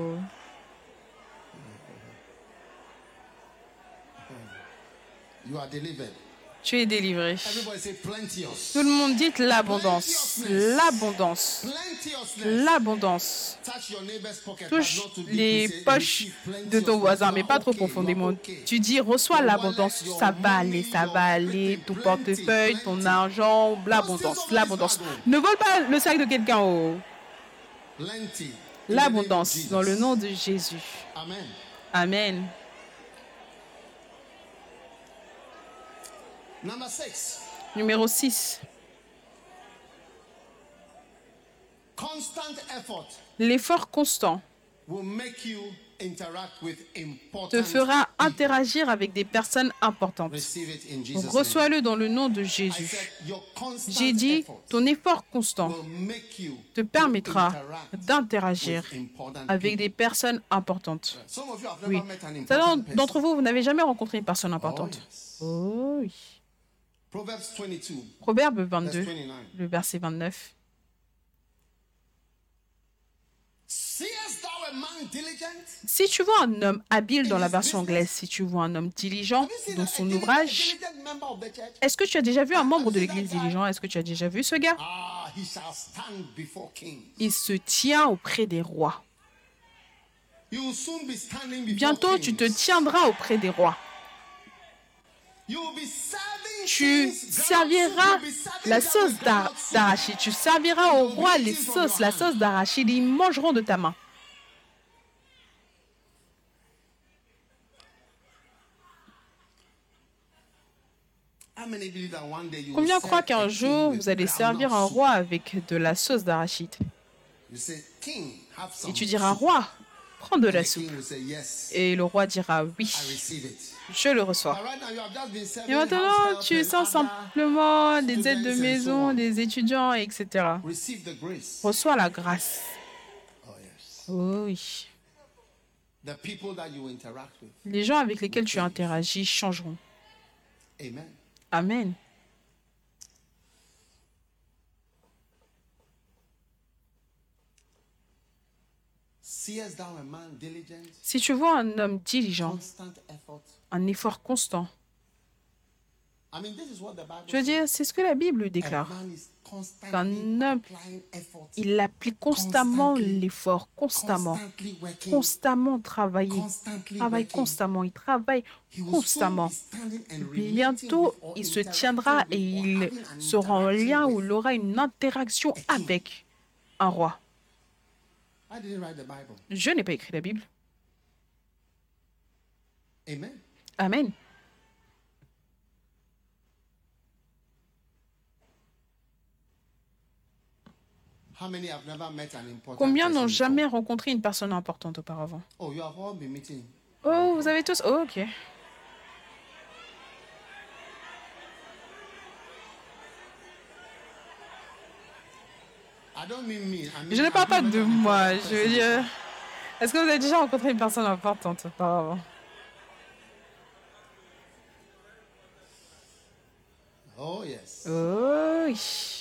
Tu es délivré. Tout le monde dit l'abondance. L'abondance. L'abondance. Touche les poches de ton voisin, mais pas trop profondément. Tu dis, reçois l'abondance. Ça va aller. Ton portefeuille, ton argent, l'abondance. L'abondance. Ne vole pas le sac de quelqu'un. Oh. L'abondance, dans le nom de Jésus. Amen. Numéro 6. L'effort constant te fera interagir avec des personnes importantes. Reçois-le dans le nom de Jésus. J'ai dit, ton effort constant te permettra d'interagir avec des personnes importantes. Oui. Certains d'entre vous, vous n'avez jamais rencontré une personne importante. Oh oui. Proverbe 22, le verset 29. Si tu vois un homme habile dans la version anglaise, si tu vois un homme diligent dans son ouvrage, est-ce que tu as déjà vu un membre de l'église diligent? Est-ce que tu as déjà vu ce gars? Il se tient auprès des rois. Bientôt, tu te tiendras auprès des rois. Tu serviras la sauce d'arachide. Tu serviras au roi la sauce d'arachide. Ils mangeront de ta main. Combien croient qu'un jour, vous allez servir un roi avec de la sauce d'arachide? Et tu diras, roi, prends de la soupe. Et le roi dira, oui, je le reçois. Et maintenant, tu sens simplement des aides de maison, des étudiants, etc. Reçois la grâce. Oh oui. Les gens avec lesquels tu interagis changeront. Amen. Si tu vois un homme diligent, un effort constant, je veux dire, c'est ce que la Bible déclare. Qu'un homme, il applique constamment l'effort, constamment travaille constamment, il travaille constamment. Bientôt, il se tiendra et il sera en lien ou il aura une interaction avec un roi. Je n'ai pas écrit la Bible. Amen. Combien n'ont jamais rencontré une personne importante auparavant? Oh, vous avez tous... Oh, ok. Je ne parle pas de moi, je veux dire... Est-ce que vous avez déjà rencontré une personne importante auparavant? Oh, yes. Oh, oui.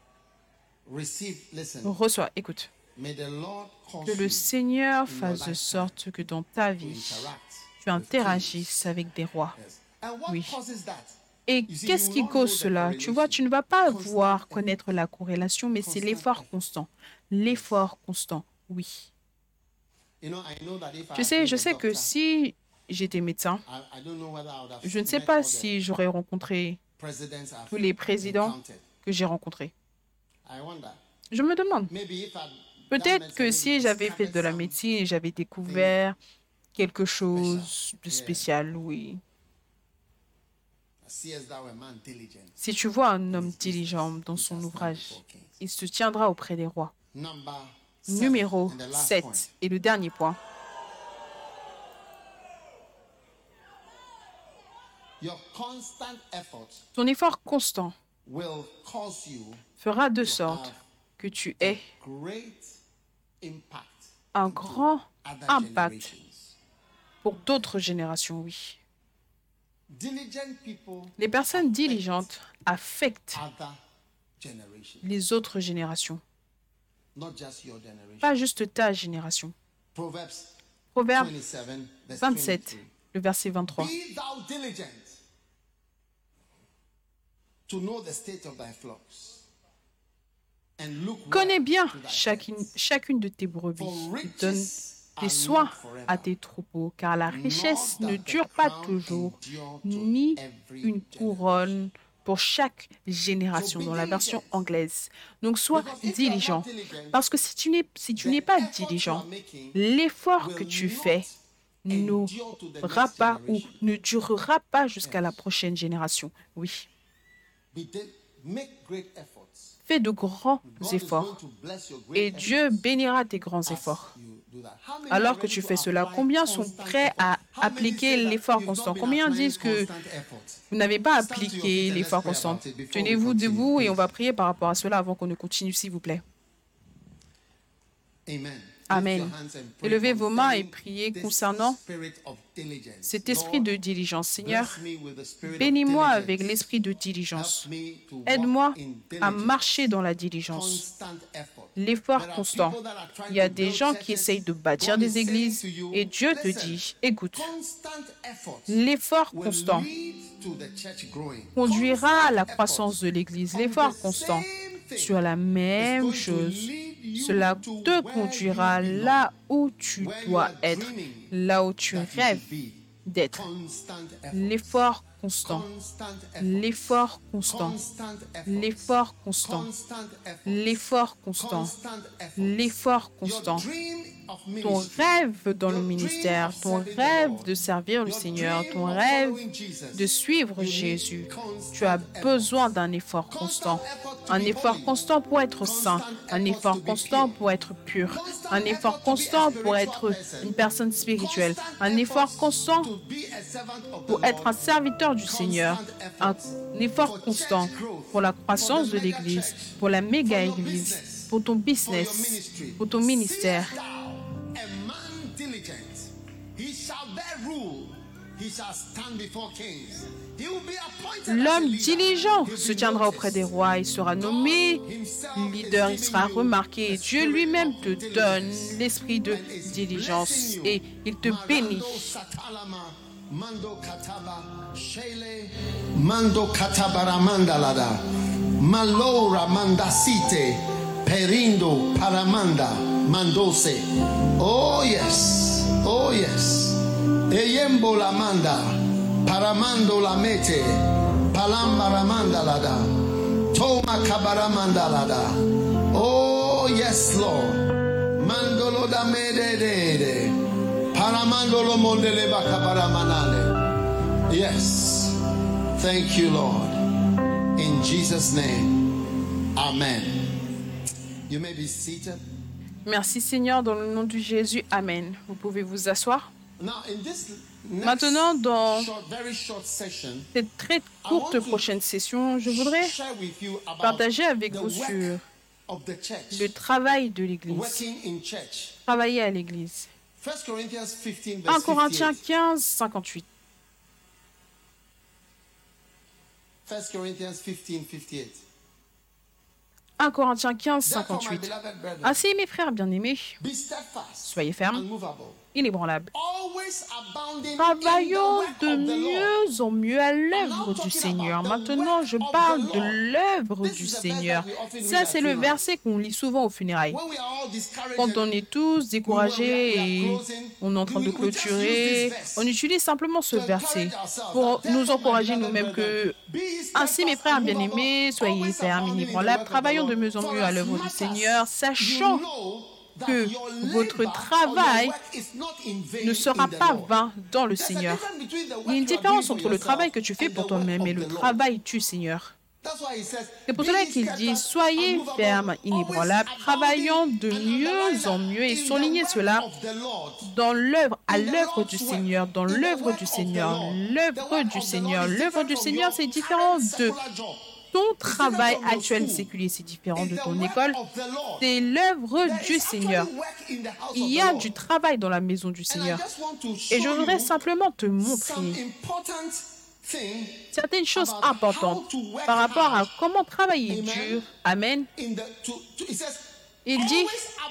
Reçois, écoute. Que le Seigneur fasse de sorte que dans ta vie, tu interagisses avec des rois. Oui. Et qu'est-ce qui cause cela? Tu vois, tu ne vas pas connaître la corrélation, mais c'est l'effort constant. L'effort constant, oui. Tu sais, je sais que si j'étais médecin, je ne sais pas si j'aurais rencontré tous les présidents que j'ai rencontrés. Je me demande. Peut-être que si j'avais fait de la médecine et j'avais découvert quelque chose de spécial, oui. Si tu vois un homme diligent dans son ouvrage, il se tiendra auprès des rois. Numéro 7 et le dernier point. Ton effort constant fera de sorte que tu aies un grand impact pour d'autres générations, oui. Les personnes diligentes affectent les autres générations, pas juste ta génération. Proverbe 27, le verset 23. Connais bien chacune de tes brebis. Donne des soins à tes troupeaux, car la richesse ne dure pas toujours, ni une couronne pour chaque génération, dans la version anglaise. Donc, sois diligent. Parce que si tu n'es pas diligent, l'effort que tu fais n'aura pas ou ne durera pas jusqu'à la prochaine génération. Oui. Fais de grands efforts et Dieu bénira tes grands efforts. Alors que tu fais cela, combien sont prêts à appliquer l'effort constant? Combien disent que vous n'avez pas appliqué l'effort constant? Tenez-vous debout et on va prier par rapport à cela avant qu'on ne continue, s'il vous plaît. Amen. Élevez vos mains et priez concernant cet esprit de diligence. Seigneur, bénis-moi avec l'esprit de diligence. Aide-moi à marcher dans la diligence. L'effort constant. Il y a des gens qui essayent de bâtir des églises et Dieu te dit, écoute, l'effort constant conduira à la croissance de l'église. L'effort constant sur la même chose. Cela te conduira là où tu dois être, là où tu rêves d'être. L'effort constant, constant effort, l'effort constant, constant effort, l'effort constant, constant effort, l'effort constant, constant effort. l'effort Your constant. dream of Ton ministry, rêve dans le ministère, ton rêve de servir le Seigneur, ton rêve de suivre Jésus, tu as besoin d'un effort constant. Un effort constant pour être saint, un effort constant pour être pur, un effort constant pour être une personne spirituelle, un effort constant to be a servant of the pour être un Lord, serviteur du Seigneur, un effort constant pour la croissance de l'Église, pour la méga-Église, pour ton business, pour ton ministère. Seest thou a man diligent, he shall bear rule, he shall stand before kings. He will be appointed as a L'homme leader. diligent He will se be tiendra noticed. auprès des rois, il sera nommé leader, il sera remarqué. Dieu lui-même te donne l'esprit de diligence et il te bénit. Mando kataba shele mando katabara mandalada malora mandasite perindo paramanda mandose. Oh yes, oh yes. Eyembo la manda paramando la mete palambara mandalada toma kabara mandalada. Oh yes, Lord. Mandolo da medede paramandolo mondele bakabara manale. Yes. Thank you, Lord. In Jesus' name. Amen. You may be seated. Merci Seigneur, dans le nom de Jésus. Amen. Vous pouvez vous asseoir. Now, in this next Maintenant, dans very short session, cette très courte prochaine session, je voudrais share with you about partager avec the vous work sur of the church, le travail de l'Église, working in church. travailler à l'Église. 1 Corinthians 15, 1 verse Corinthiens 58. 15, 58. 1 Corinthians 15, 58. 1 Corinthiens 15, Therefore, my 58. beloved brethren, Ainsi, mes frères bien-aimés, be steadfast, soyez fermes, unmovable, inébranlables, always abounding travaillant in the de work of the Lord. mieux en mieux à l'œuvre du Seigneur. Maintenant, je parle de l'œuvre du Seigneur. Ça, c'est le verset qu'on lit souvent aux funérailles. When we are all discouraged Quand on and est tous découragés et on est en train de clôturer, on utilise simplement ce verset pour nous encourager nous-mêmes que ainsi, mes frères bien-aimés, soyez fermes, inébranlables, travaillons de mieux en mieux à l'œuvre du Seigneur, sachant que votre travail ne sera pas vain dans le Seigneur. Il y a une différence entre le travail que tu fais pour toi-même et le travail du Seigneur. C'est pour cela qu'il dit, soyez fermes, inébranlables, travaillant de mieux en mieux, et soulignez cela dans l'œuvre, à l'œuvre du Seigneur, dans l'œuvre du Seigneur, l'œuvre du Seigneur. L'œuvre du Seigneur, c'est différent de ton travail actuel séculier, c'est différent de ton école, c'est l'œuvre du Seigneur. Il y a du travail dans la maison du Seigneur. Et je voudrais simplement te montrer certaines choses importantes par rapport à comment travailler dur. Amen. Il dit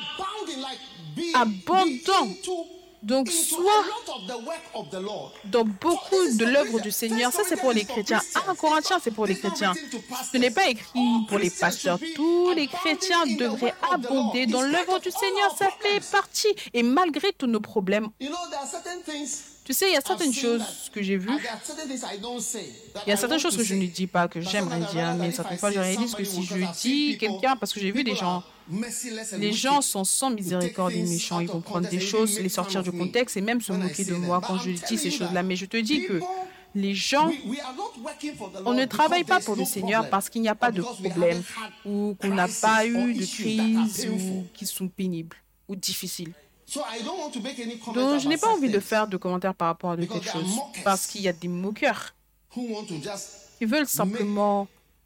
abondant. Donc, soit dans beaucoup de l'œuvre du Seigneur, ça c'est pour les chrétiens. 1 Corinthiens, c'est pour les chrétiens. Ce n'est pas écrit pour les pasteurs. Tous les chrétiens devraient abonder dans l'œuvre du Seigneur. Ça fait partie. Et malgré tous nos problèmes, tu sais, il y a certaines choses que j'ai vues. Il y a certaines choses que je ne dis pas, que j'aimerais dire, mais certaines fois je réalise que si je dis quelqu'un, parce que j'ai vu des gens, les gens sont sans miséricorde et méchants. Ils vont prendre des choses, les sortir du contexte et même se moquer de moi quand je dis ces choses-là. Mais je te dis que les gens, on ne travaille pas pour le Seigneur parce qu'il n'y a pas de problème ou qu'on n'a pas eu de crise ou qui sont pénibles ou difficiles. Donc, je n'ai pas envie de faire de commentaires par rapport à de telles choses parce qu'il y a des moqueurs qui veulent simplement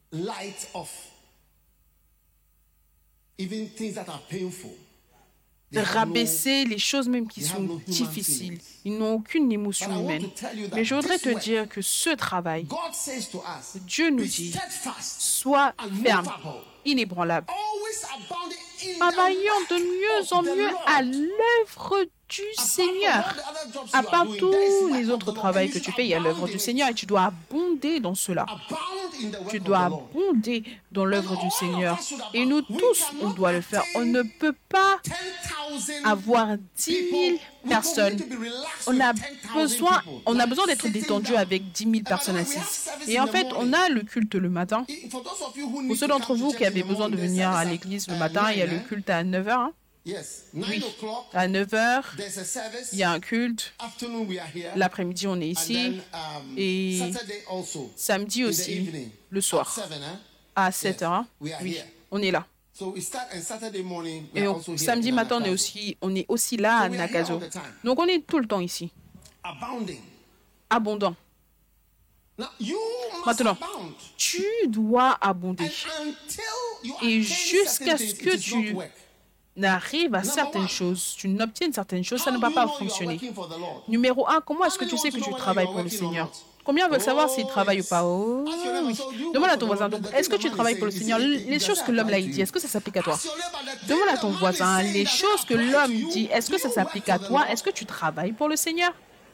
rabaisser les choses même qui sont difficiles. Ils n'ont aucune émotion humaine. Mais je voudrais te dire que ce travail, Dieu nous dit, sois ferme, inébranlable, travaillant de mieux en mieux à l'œuvre du Seigneur. À part tous les autres travaux que tu fais, il y a l'œuvre du Seigneur et tu dois abonder dans cela. Tu dois abonder dans l'œuvre du Seigneur. Et nous tous, on doit le faire. On ne peut pas avoir 10 000 personnes. On a besoin d'être détendu avec 10 000 personnes assises. Et en fait, on a le culte le matin. Pour ceux d'entre vous qui avaient besoin de venir à l'église le matin, il y a le culte à 9 h. Oui, à 9 h, il y a un culte. L'après-midi, on est ici. Et samedi aussi, le soir, à 7 h. Oui, on est là. Et samedi matin, on est aussi là à Nakazo. Donc, on est tout le temps ici. Abondant. Maintenant, tu dois abonder. Et jusqu'à ce que tu n'arrives à certaines choses, tu n'obtiennes certaines choses, ça ne va pas fonctionner. Numéro 1, comment est-ce que tu sais que tu travailles pour le Seigneur? Combien veulent savoir s'il travaille ou pas? Oh, oui. Demande à ton voisin, est-ce que tu travailles pour le Seigneur? Les choses que l'homme là il dit, est-ce que ça s'applique à toi? Demande à ton voisin, les choses que l'homme dit, est-ce que ça s'applique à toi? Est-ce que tu travailles pour le Seigneur?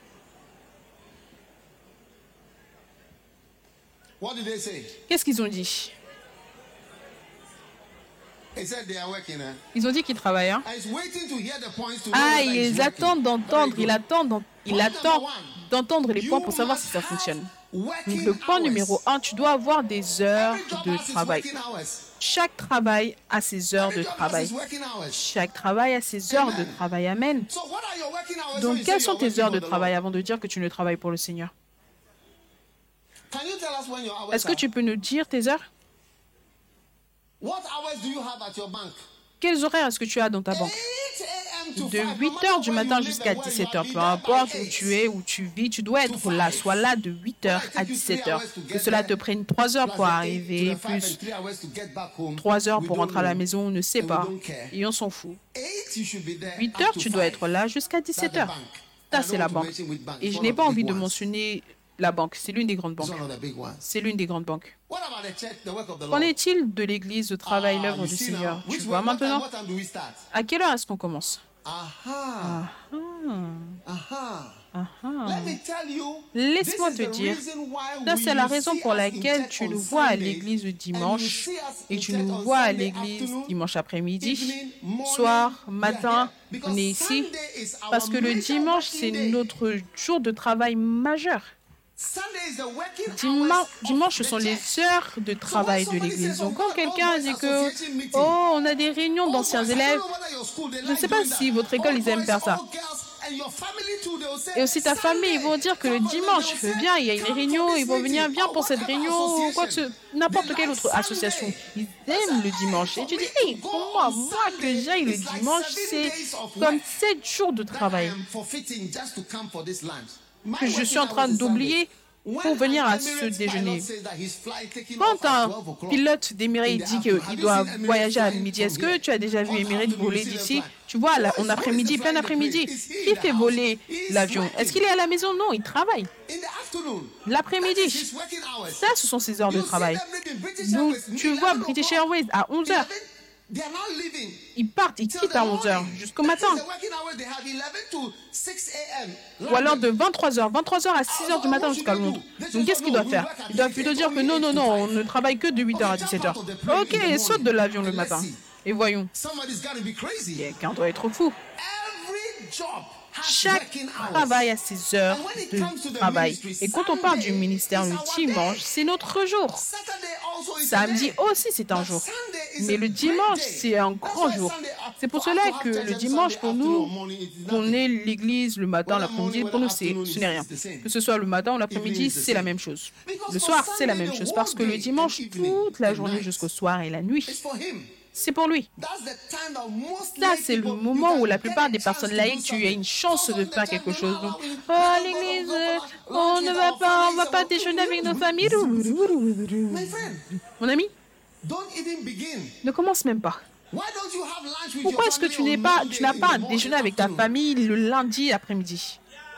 Qu'est-ce qu'ils ont dit? Ils ont dit qu'ils travaillent. Hein? Ah, ils attendent d'entendre. Il attend d'entendre les points pour savoir si ça fonctionne. Donc, le point numéro 1, tu dois avoir des heures de travail. Chaque travail a ses heures de travail. Chaque travail a ses heures de travail. Amen. Donc, quelles sont tes heures de travail avant de dire que tu ne travailles pour le Seigneur? Est-ce que tu peux nous dire tes heures? Quels horaires est-ce que tu as dans ta banque? De 8 h du matin jusqu'à 17 h. Peu importe où tu es, où tu vis, tu dois être là. Sois là de 8 h à 17 h. Que cela te prenne 3 heures pour arriver, plus 3 heures pour rentrer à la maison, on ne sait pas. Et on s'en fout. 8 h, tu dois être là jusqu'à 17 h. Ça, c'est la banque. Et je n'ai pas envie de mentionner la banque. C'est l'une des grandes banques. C'est l'une des grandes banques. Qu'en est-il de l'église, de travail, l'œuvre du Seigneur? Tu vois maintenant? À quelle heure est-ce qu'on commence? Laisse-moi te dire, ça c'est la raison pour laquelle tu nous vois à l'église le dimanche et tu nous vois à l'église dimanche après-midi, soir, matin, on est ici parce que le dimanche c'est notre jour de travail majeur. Dimanche, ce sont les heures de travail de l'église. Donc, quand quelqu'un dit que on a des réunions d'anciens élèves, je ne sais pas si votre école, ils aiment faire ça. Et aussi ta famille, ils vont dire que le dimanche, viens, il y a une réunion, ils vont venir, viens pour cette réunion, ou quoi que ce n'importe quelle autre association. Ils aiment le dimanche. Et tu dis, hey, pour moi que j'aille le dimanche, c'est comme 7 jours de travail que je suis en train d'oublier pour venir à ce déjeuner. Quand un pilote d'Emirates dit qu'il doit voyager à midi, est-ce que tu as déjà vu Emirates voler d'ici? Tu vois, là, en après-midi, plein après-midi, qui fait voler l'avion? Est-ce qu'il est à la maison? Non, il travaille. L'après-midi, ça, ce sont ses heures de travail. Donc, tu vois British Airways à 11 h. Ils partent, ils quittent à 11 h jusqu'au matin. Ou alors de 23 h à 6 h du matin jusqu'à Londres. Donc qu'est-ce qu'ils doivent faire? Ils doivent plutôt dire que non, on ne travaille que de 8 h à 17 h. Ok, saute de l'avion le matin. Et voyons. Quelqu'un doit être fou. Chaque travail a ses heures de travail. Et quand on parle du ministère le dimanche, c'est notre jour. Samedi aussi, c'est un jour. Mais le dimanche, c'est un grand jour. C'est pour cela que le dimanche, pour nous, qu'on est l'église le matin, l'après-midi, pour nous, ce n'est rien. Que ce soit le matin ou l'après-midi, c'est la même chose. Le soir, c'est la même chose. Parce que le dimanche, toute la journée jusqu'au soir et la nuit, c'est pour lui. Ça, c'est le moment où la plupart des personnes laïques, tu as une chance de faire quelque chose. Donc, oh, à l'église, on ne va pas déjeuner avec nos familles. Mon ami, ne commence même pas. Pourquoi est-ce que tu n'as pas un déjeuner avec ta famille le lundi après-midi?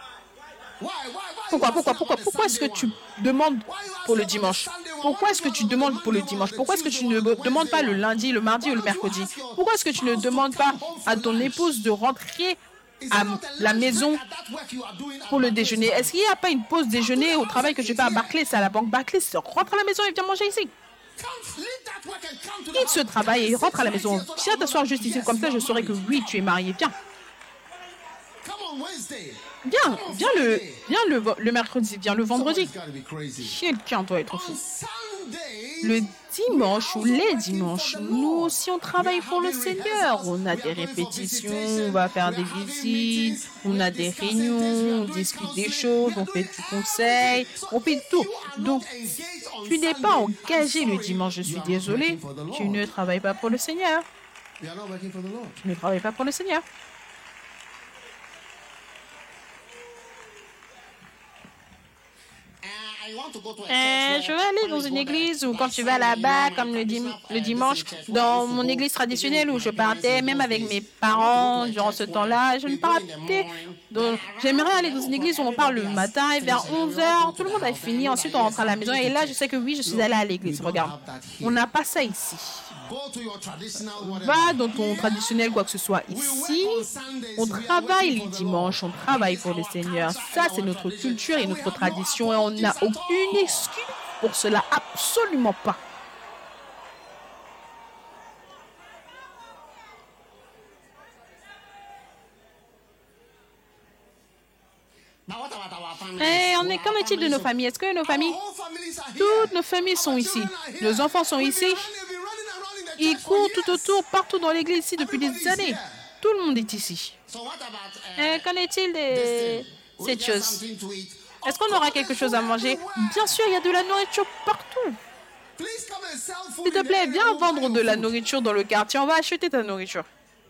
Pourquoi est-ce que tu demandes pour le dimanche? Pourquoi est-ce que tu demandes pour le dimanche? Pourquoi est-ce que tu ne demandes pas le lundi, le mardi ou le mercredi? Pourquoi est-ce que tu ne demandes pas à ton épouse de rentrer à la maison pour le déjeuner. Est-ce qu'il n'y a pas une pause déjeuner au travail que je fais à Barclays, à la banque Barclays? Rentre à la maison et viens manger ici. Quitte ce travail et rentre à la maison. Viens t'asseoir juste ici, comme ça je saurai que oui, tu es marié. Viens. Viens le mercredi, viens le vendredi. Quelqu'un doit être fou. Le dimanche ou les dimanches, nous aussi on travaille pour le Seigneur. On a des répétitions, on va faire des visites, on a des réunions, on discute des choses, on fait du conseil, on fait tout. Donc, tu n'es pas engagé le dimanche, je suis désolé, tu ne travailles pas pour le Seigneur. Tu ne travailles pas pour le Seigneur. Je vais aller dans une église où quand tu vas là-bas, comme le dimanche, dans mon église traditionnelle où je partais, même avec mes parents, durant ce temps-là, je ne partais. Donc, j'aimerais aller dans une église où on parle le matin et vers 11h, tout le monde a fini, ensuite on rentre à la maison et là, je sais que oui, je suis allée à l'église. Regarde, on n'a pas ça ici. Va dans ton traditionnel, quoi que ce soit. Ici, on travaille les dimanches, on travaille pour le Seigneur. Ça, c'est notre culture et notre tradition et on n'a aucune excuse pour cela. Absolument pas. Qu'en est-il de nos familles? Est-ce que nos familles, toutes nos familles sont ici? Nos enfants sont ici? Ils courent tout autour, partout dans l'église ici depuis des années. Tout le monde est ici. Qu'en est-il de cette chose? Est-ce qu'on aura quelque chose à manger? Bien sûr, il y a de la nourriture partout. S'il te plaît, viens vendre de la nourriture dans le quartier. On va acheter ta nourriture.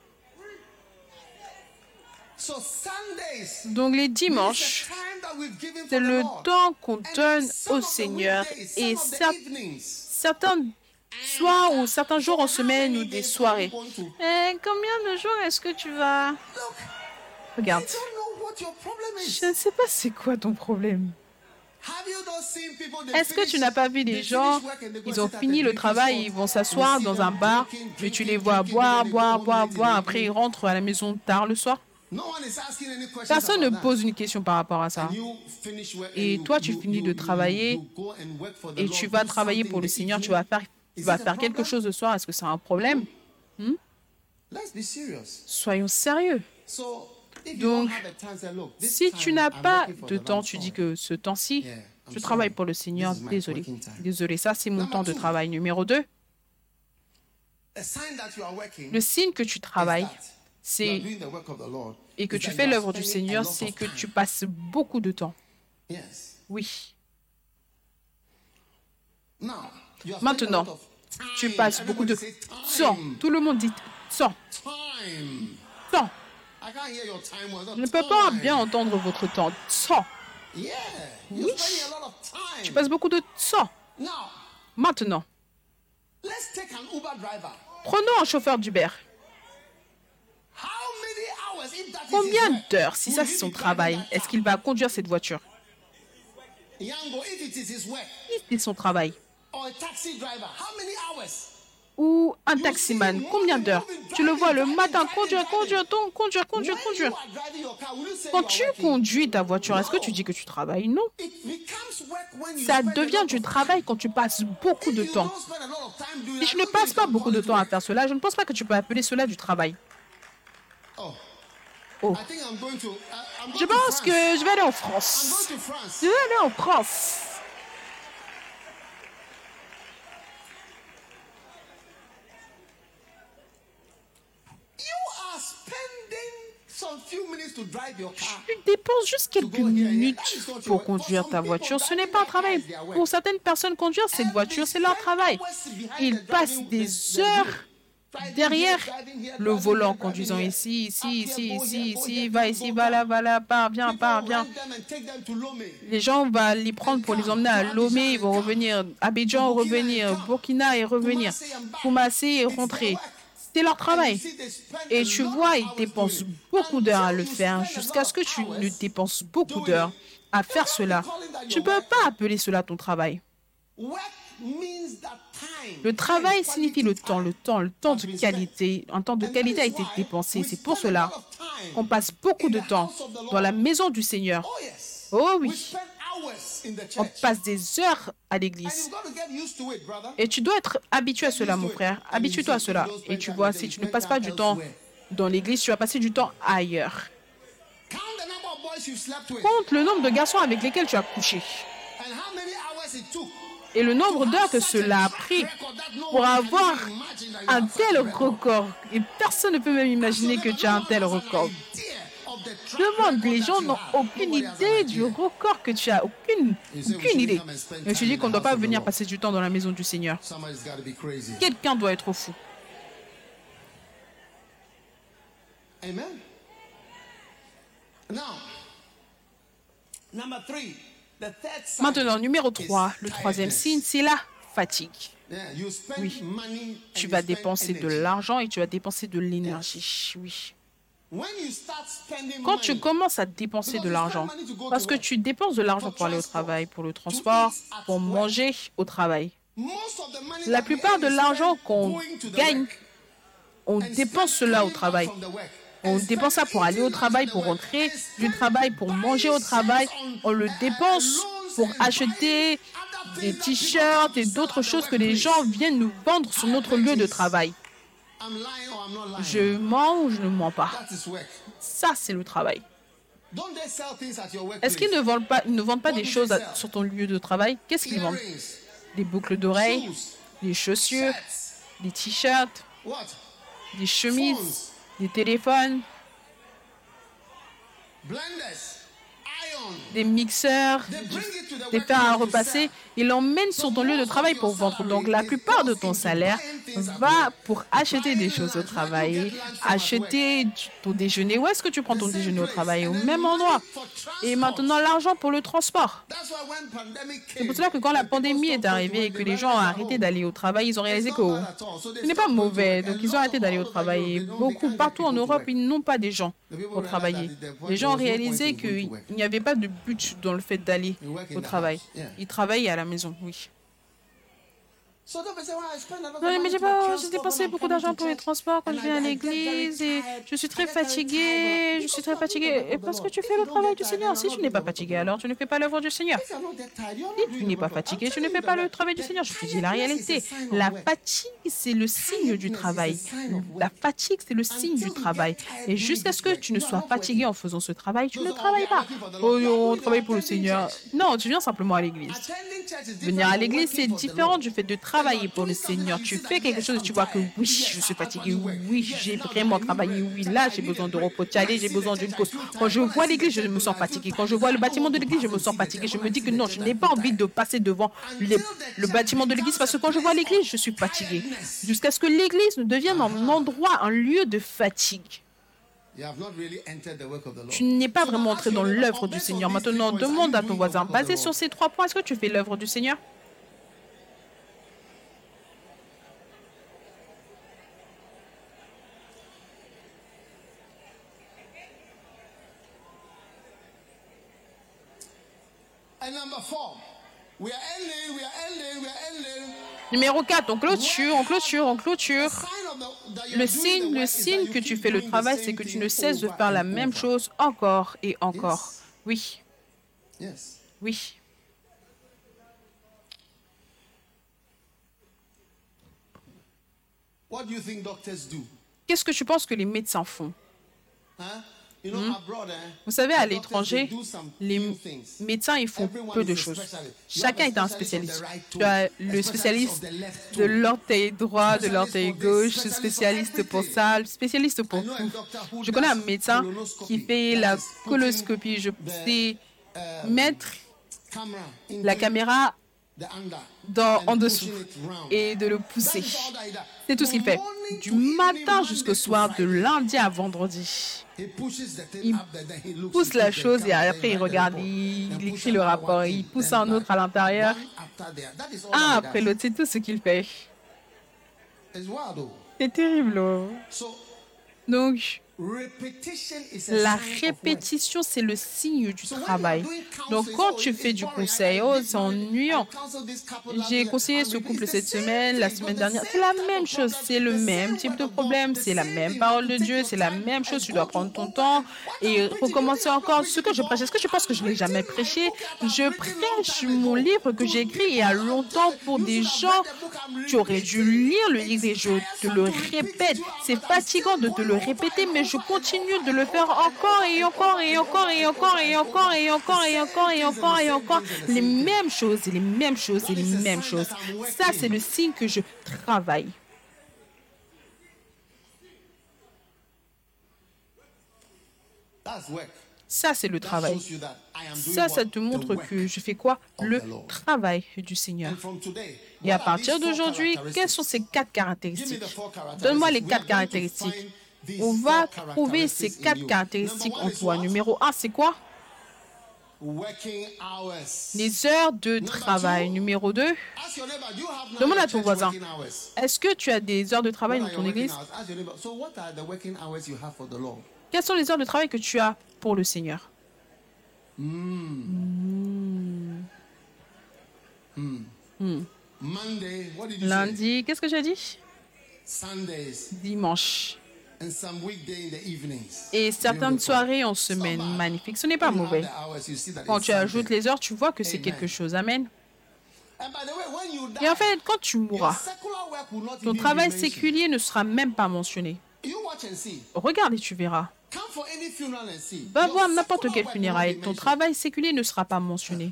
Donc les dimanches, c'est le temps qu'on donne au Seigneur. Et certains soirs ou certains jours en semaine ou des soirées. Combien de jours est-ce que tu vas... Regarde. Je ne sais pas c'est quoi ton problème. Est-ce que tu n'as pas vu des gens, ils ont fini le travail, ils vont s'asseoir dans un bar, mais tu les vois boire, après ils rentrent à la maison tard le soir? Personne ne pose une question par rapport à ça. Et toi, tu finis de travailler et tu vas travailler pour le Seigneur, tu vas faire quelque chose le soir. Est-ce que c'est un problème? Soyons sérieux. Donc, si tu n'as pas de temps, tu dis que ce temps-ci, je travaille pour le Seigneur, désolé. Désolé, ça c'est mon temps de travail. Numéro 2, le signe que tu travailles, c'est et que tu fais l'œuvre du Seigneur, c'est que tu passes beaucoup de temps. Oui. Maintenant, tu passes beaucoup de temps. Tout le monde dit temps. Temps. Je ne peux pas bien entendre votre temps. Temps. Oui. Tu passes beaucoup de temps. Maintenant, prenons un chauffeur d'Uber. Combien d'heures, si ça c'est son travail, est-ce qu'il va conduire cette voiture? Si c'est son travail. Ou un taximan, combien d'heures? Tu le vois le matin conduire. Quand tu conduis ta voiture, est-ce que tu dis que tu travailles? Non. Ça devient du travail quand tu passes beaucoup de temps. Si je ne passe pas beaucoup de temps à faire cela, je ne pense pas que tu peux appeler cela du travail. Oh. Je pense que je vais aller en France. Je vais aller en France. Tu dépenses juste quelques minutes pour conduire ta voiture. Ce n'est pas un travail. Pour certaines personnes, conduire cette voiture, c'est leur travail. Ils passent des heures derrière le volant, conduisant ici, va ici, va là, pars, viens. Les gens vont les prendre pour les emmener à Lomé, ils vont revenir, Abidjan, revenir, Burkina et revenir, Koumassi et rentrer. C'est leur travail. Et tu vois, ils dépensent beaucoup d'heures à le faire, jusqu'à ce que tu ne dépenses beaucoup d'heures à faire cela. Tu ne peux pas appeler cela ton travail. Le travail signifie le temps de qualité. Un temps de qualité a été dépensé. C'est pour cela On passe beaucoup de temps dans la maison du Seigneur. Oh yes. Oh We oui, spend hours in the on church. passe des heures à And l'église. you've got to get used to it, brother. Et tu dois être habitué à cela, mon frère. Habitue-toi à cela. Et tu vois, si tu ne passes pas du temps dans l'église, tu vas passer du temps ailleurs. Count the number of boys you slept with Compte le nombre de garçons avec lesquels tu as couché. and how many hours it took Et le nombre d'heures que cela a pris pour avoir un tel record. Et personne ne peut même imaginer que tu as un tel record. Demande, les gens n'ont aucune idée du record que tu as. Aucune idée. Et tu dis qu'on ne doit pas venir passer du temps dans la maison du Seigneur. Somebody's got to be crazy. Quelqu'un doit être fou. Amen. Now, number 3, the third sign. Maintenant, numéro 3, le troisième signe, c'est la fatigue. Yeah, you spend Oui. money Tu and vas you spend dépenser de energy. l'argent et tu vas dépenser de l'énergie. Oui. When you start spending Quand tu money, commences à dépenser de l'argent, parce que tu dépenses de l'argent pour aller au travail, pour le transport, pour manger au travail. most of the money La that we plupart earn de is l'argent spent qu'on going to the gagne, work on and dépense spend cela au coming travail. back from the work On and dépense ça spend pour aller au eating travail, lunch pour at the work rentrer and du spend travail, pour buying manger au travail. shirts On le on, dépense loans pour and acheter buying other des things that people t-shirts come et to sell d'autres at the choses que les workplace. gens viennent nous vendre sur notre lieu de travail. I'm lying or I'm not lying. Je mens ou je ne mens pas. That is work. Ça, c'est le travail. Don't they sell things at your workplace? Est-ce qu'ils ne vendent pas, ils ne vendent pas des choses sur ton lieu de travail? Qu'est-ce qu'ils vendent? Earrings, Des boucles d'oreilles, shoes, des chaussures, shirts, des t-shirts, what? des chemises, des téléphones, Blenders, iron. des mixeurs, They bring it to the des fers à workplace to repasser. sell. Ils l'emmènent sur ton lieu de travail pour vendre. Donc la plupart de ton salaire va pour acheter des choses au travail, acheter ton déjeuner. Où est-ce que tu prends ton déjeuner au travail? Au même endroit. Et maintenant l'argent pour le transport. That's why when pandemic C'est came, pour cela que quand la pandémie est arrivée et que les gens ont arrêté d'aller au travail, ils ont réalisé que ce n'est pas mauvais. Donc ils ont arrêté d'aller au travail. Et beaucoup, partout en Europe, ils n'ont pas des gens pour travailler. Les gens ont réalisé qu'il n'y avait pas de but dans le fait d'aller au travail. Ils travaillent à la maison, oui. So don't say, well, I spend a lot of Non, mais money j'ai to my pas, j'ai transport dépensé when I'm beaucoup coming d'argent to pour les church, transports quand and je viens à I get very l'église et tired. je suis I très get very fatiguée, tired. je suis Because très you're not fatiguée. doing the Et work of parce the que tu Lord. fais If le you travail don't du get Seigneur. tired, Si you're tu not n'es pas doing the work fatigué, of the alors tu ne fais pas l'œuvre du Seigneur. Lord. If you're not that tired, you're not Si doing tu the n'es pas work of the Lord. fatigué, I'm tu ne telling fais you pas the le work. travail du Seigneur. Je te dis la Tiredness is a réalité. sign of La work. fatigue, c'est le signe du travail. La fatigue, c'est le signe du travail. Et jusqu'à ce que tu ne sois fatigué en faisant ce travail, tu ne travailles pas. Oh, on travaille pour le Seigneur. Non, tu viens simplement à l'église. Attending church is Venir à different from l'église, working c'est for the différent Lord. du fait de travailler pour le Seigneur. Tu fais quelque chose et tu vois que oui, je suis fatigué, oui, j'ai vraiment travaillé, oui, là, j'ai besoin de repos, allez, j'ai besoin d'une pause. Quand je vois l'église, je me sens fatigué. Quand je vois le bâtiment de l'église, je me sens fatigué. Je me dis que non, je n'ai pas envie de passer devant le bâtiment de l'église parce que quand je vois l'église, je suis fatigué. Jusqu'à ce que l'église ne devienne un endroit, un lieu de fatigue. You have not really entered the work of the Lord. Tu n'es pas So vraiment now entré ask dans your l'œuvre neighbor, du based Seigneur. on these 3 Maintenant, points, are demande you à ton doing the voisin, work of the basé Lord? sur ces 3 points, est-ce que tu fais l'œuvre du Seigneur? And number 4, we are ending. Numéro 4, on clôture. Sign of that you're Le doing the signe work is that you que tu keep fais le doing the travail, same c'est que tu thing ne cesses de over faire la and même over. chose encore et encore. Oui, Yes. oui. What do you think doctors do? Qu'est-ce que tu penses que les médecins font? Huh? You know, abroad, Vous savez, à the doctors, l'étranger, they do some les few things. médecins, ils font Everyone peu is de a choses. specialist. You Chacun have est un a specialist spécialiste. of the right Tu toe, as a le specialist spécialiste of the left de toe. l'orteil droit, de l'orteil Specialist for gauche, this, spécialiste pour specialist ça, spécialiste I pour know a tout. doctor who Je connais un does médecin colonoscopy. qui fait That la is putting coloscopie. Je sais mettre camera la into caméra the under en and dessous pushing it round. et de le That pousser. is all that he does. C'est tout ce qu'il fait. Morning Du to evening, matin Monday jusqu'au to soir, de Friday. lundi à vendredi. He pushes the thing Il up there, then he looks, pousse he la puts the chose et camera, après then il write the regarde, report, il then push écrit le another rapport, one il in, pousse then un autre à l'intérieur, one after the other. That is all un that he après does. l'autre. C'est tout ce qu'il fait. It's wild though. C'est terrible. Oh. So Donc, La répétition, c'est le signe du travail. Donc, quand tu fais du conseil, oh, c'est ennuyant. J'ai conseillé ce couple cette semaine, la semaine dernière. C'est la même chose, c'est le même type de problème, c'est la même parole de Dieu, c'est la même chose. Tu dois prendre ton temps et recommencer encore. Ce que je prêche, est-ce que tu penses que je ne l'ai jamais prêché? Je prêche mon livre que j'ai écrit il y a longtemps pour des gens. Tu aurais dû lire le livre et je te le répète. C'est fatigant de te le répéter, mais je continue de le faire encore et encore et encore et encore et encore et encore et encore et encore et encore. Les mêmes choses et les mêmes choses et les mêmes choses. Ça, c'est le signe que je travaille. Ça, c'est le travail. Ça te montre que je fais quoi? Le travail du Seigneur. Et à partir d'aujourd'hui, quelles sont ces 4 caractéristiques? Donne-moi les 4 caractéristiques. On va trouver ces 4 caractéristiques en toi. Numéro 1, c'est quoi? Les heures de travail. Numéro 2, demande à ton voisin, est-ce que tu as des heures de travail dans ton église? Quelles sont les heures de travail que tu as pour le Seigneur? Lundi, qu'est-ce que j'ai dit? Dimanche. Et certaines soirées en semaine. Magnifique. Ce n'est pas mauvais. Quand tu ajoutes les heures, tu vois que c'est quelque chose. Amen. Et en fait, quand tu mourras, ton travail séculier ne sera même pas mentionné. Regarde et tu verras. Va voir n'importe quel funérail. Ton travail séculier ne sera pas mentionné.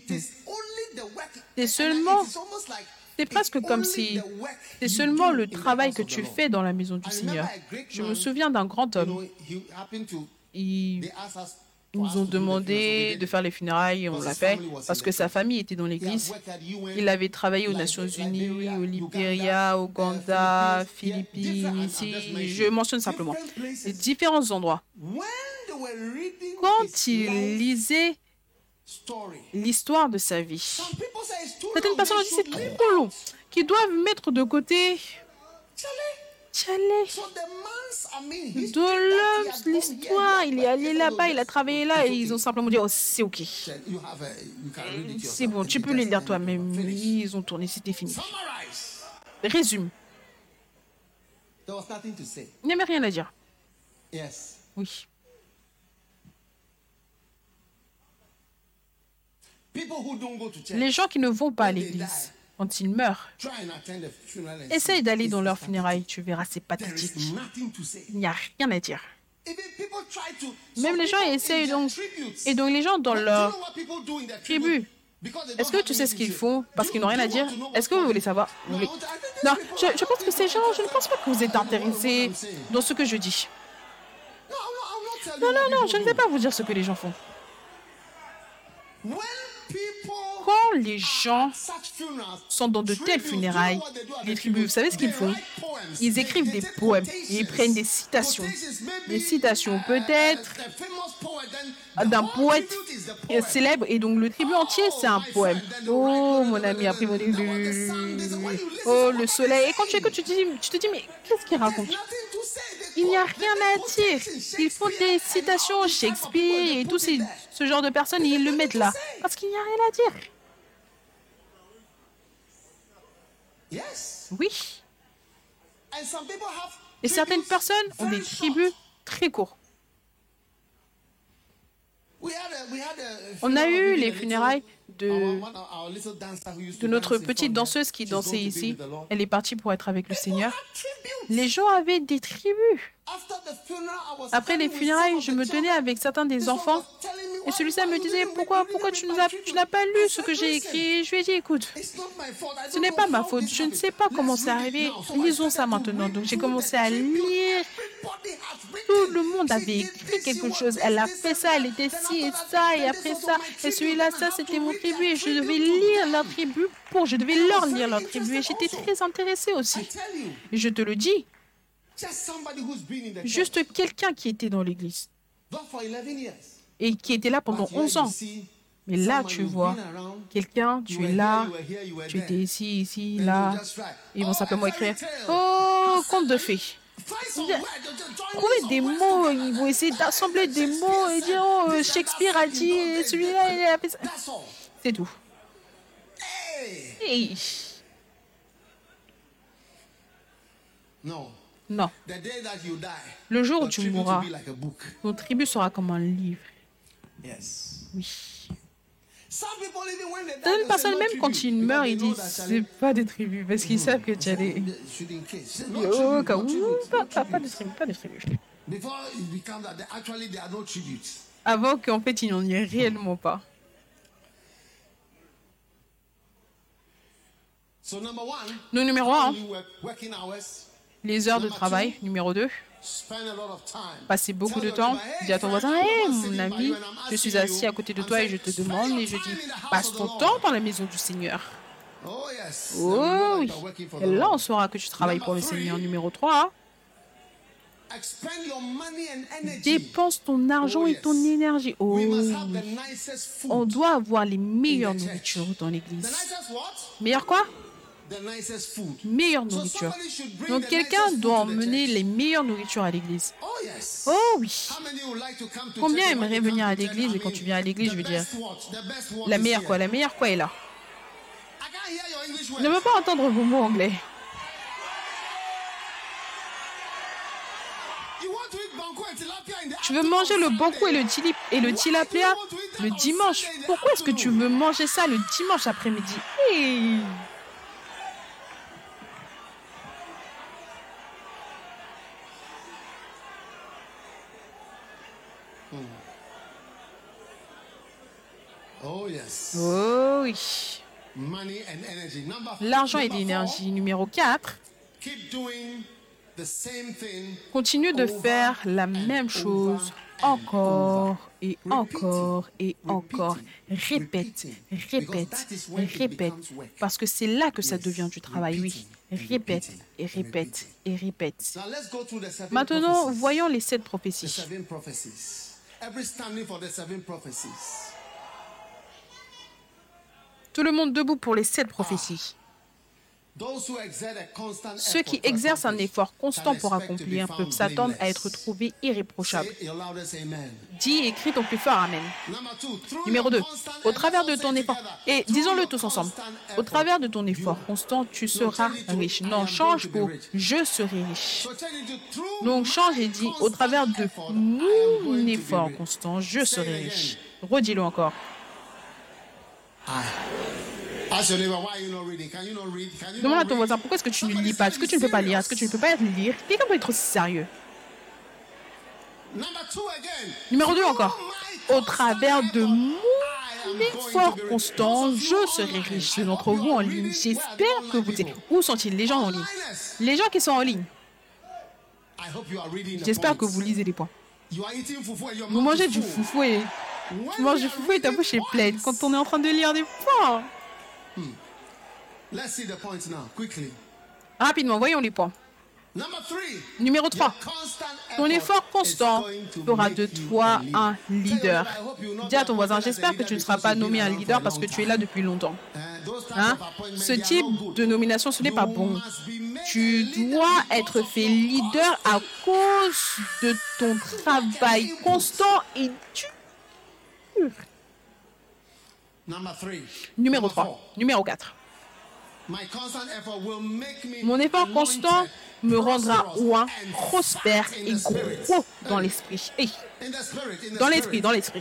C'est presque comme si c'est seulement le travail que tu fais dans la maison du Seigneur. Je me souviens d'un grand homme. Ils nous ont demandé de faire les funérailles et on l'a fait parce que sa famille était dans l'église. Il avait travaillé aux Nations Unies, au Libéria, au Ouganda, Philippines, ici. Je mentionne simplement les différents endroits. Quand il lisait l'histoire de sa vie, certaines personnes ont dit c'est trop long, qu'ils doivent mettre de côté. De l'homme, l'histoire, il est allé là-bas, il a travaillé là et ils ont simplement dit oh c'est ok. C'est bon, tu peux les lire toi-même. Ils ont tourné, c'était fini. Résume. Il n'y avait rien à dire. Oui. Les gens qui ne vont pas à l'église, quand ils meurent, essaye d'aller dans leurs funérailles, tu verras, c'est pathétique. Il n'y a rien à dire. Même les gens essayent donc, et donc les gens dans leur tribu, est-ce que tu sais ce qu'ils font parce qu'ils n'ont rien à dire? Est-ce que vous voulez savoir? Oui. Non, je pense que ces gens, je ne pense pas que vous êtes intéressés dans ce que je dis. Non, je ne vais pas vous dire ce que les gens font. Quand les gens sont dans de telles funérailles, les tribus, vous savez ce qu'ils font? Ils écrivent des poèmes, ils prennent des citations. Des citations peut-être d'un poète célèbre, et donc le tribut entier, c'est un poème. Oh, mon ami a pris mon début. Oh, le soleil. Et quand tu écoutes, tu te dis, mais qu'est-ce qu'il raconte? Il n'y a rien à dire. Ils font des citations Shakespeare et tout ce genre de personnes et ils le mettent là. Parce qu'il n'y a rien à dire. Oui. Et certaines personnes ont des tribus très courts. On a eu les funérailles de notre petite danseuse qui dansait ici. Elle est partie pour être avec le Seigneur. Les gens avaient des tribus. Après les funérailles, je me tenais avec certains des enfants et celui-ci me disait pourquoi tu n'as pas lu ce que j'ai écrit. Je lui ai dit écoute, ce n'est pas ma faute, je ne sais pas comment c'est arrivé, lisons ça maintenant. Donc j'ai commencé à lire. Tout le monde avait écrit quelque chose. Elle a fait ça, elle était ci et ça et après ça et celui-là, ça c'était mon tribu et je devais lire leur tribu je devais leur lire leur tribu et j'étais très intéressée aussi. Et je te le dis. Juste quelqu'un qui était dans l'église et qui était là pendant 11 ans. Mais là, tu vois, quelqu'un, tu es là, tu étais ici, là. Ils vont simplement écrire « Oh, conte de fées. trouver des mots, ils vont essayer d'assembler des mots et dire oh, Shakespeare a dit, et celui-là, il a fait ça. C'est tout. Hey. Non. Le jour où tu mourras, ton tribut sera comme un livre. Oui. Certaines personnes, même quand ils meurent, ils disent c'est pas des tribus parce qu'ils savent que tu as des. Oh, pas de tribus, pas de tribus. Avant qu'en fait, il n'y en ait réellement pas. Donc, numéro 1, les heures de travail. Numéro 2, passer beaucoup de temps. Dis à ton voisin, hey, mon ami, je suis assis à côté de toi et je te demande, et je dis, passe ton temps dans la maison du Seigneur. Oh oui. Et là, on saura que tu travailles pour le Seigneur. Numéro 3, dépense ton argent et ton énergie. Oh oui. On doit avoir les meilleures nourritures dans l'église. Meilleure quoi? Meilleure nourriture. Donc quelqu'un doit emmener les meilleures nourritures à l'église. Oh oui. Combien aimerait venir à l'église? Et quand tu viens à l'église, je veux dire, la meilleure quoi? La meilleure quoi est là? Je ne veux pas entendre vos mots anglais. Tu veux manger le banco et le tilapia le dimanche? Pourquoi est-ce que tu veux manger ça le dimanche après-midi? Hey. Oh oui. L'argent et l'énergie. Numéro 4. Continue de faire la même chose encore et encore et encore. Répète, répète, répète. Parce que c'est là que ça devient du travail, oui. Répète et répète et répète. Maintenant, voyons les 7 prophéties. Tout le monde debout pour les 7 prophéties. Ceux qui exercent un effort constant pour accomplir peuvent s'attendre à être trouvés irréprochables. Dis et crie ton plus fort Amen. Numéro 2. Au travers de ton effort, et disons-le tous ensemble, au travers de ton effort constant, tu seras riche. Non, change pour je serai riche. Donc change et dis, au travers de mon effort constant, je serai riche. Redis-le encore. Demande à ton voisin, pourquoi est-ce que tu ne lis pas? Est-ce que tu ne peux pas lire? Est-ce que tu ne peux pas lire? Quelqu'un peut être aussi sérieux. Numéro 2 encore. Au travers de mon effort constant, je serai riche. Ceux d'entre vous en ligne, j'espère que vous êtes... Où sont-ils, les gens en ligne? Les gens qui sont en ligne. J'espère que vous lisez les points. Vous mangez du foufou et... Tu manges du foufou et ta bouche est pleine quand on est en train de lire des points. Rapidement, voyons les points. Numéro 3. Ton effort constant fera de toi un leader. Dis à ton voisin, j'espère que tu ne seras pas nommé un leader parce que tu es là depuis longtemps. Hein? Ce type de nomination, ce n'est pas bon. Tu dois être fait leader à cause de ton travail constant et dur. Numéro 3. Numéro 4. Mon effort constant me rendra roi, prospère et gros dans l'esprit. Hey. Dans l'esprit, dans l'esprit.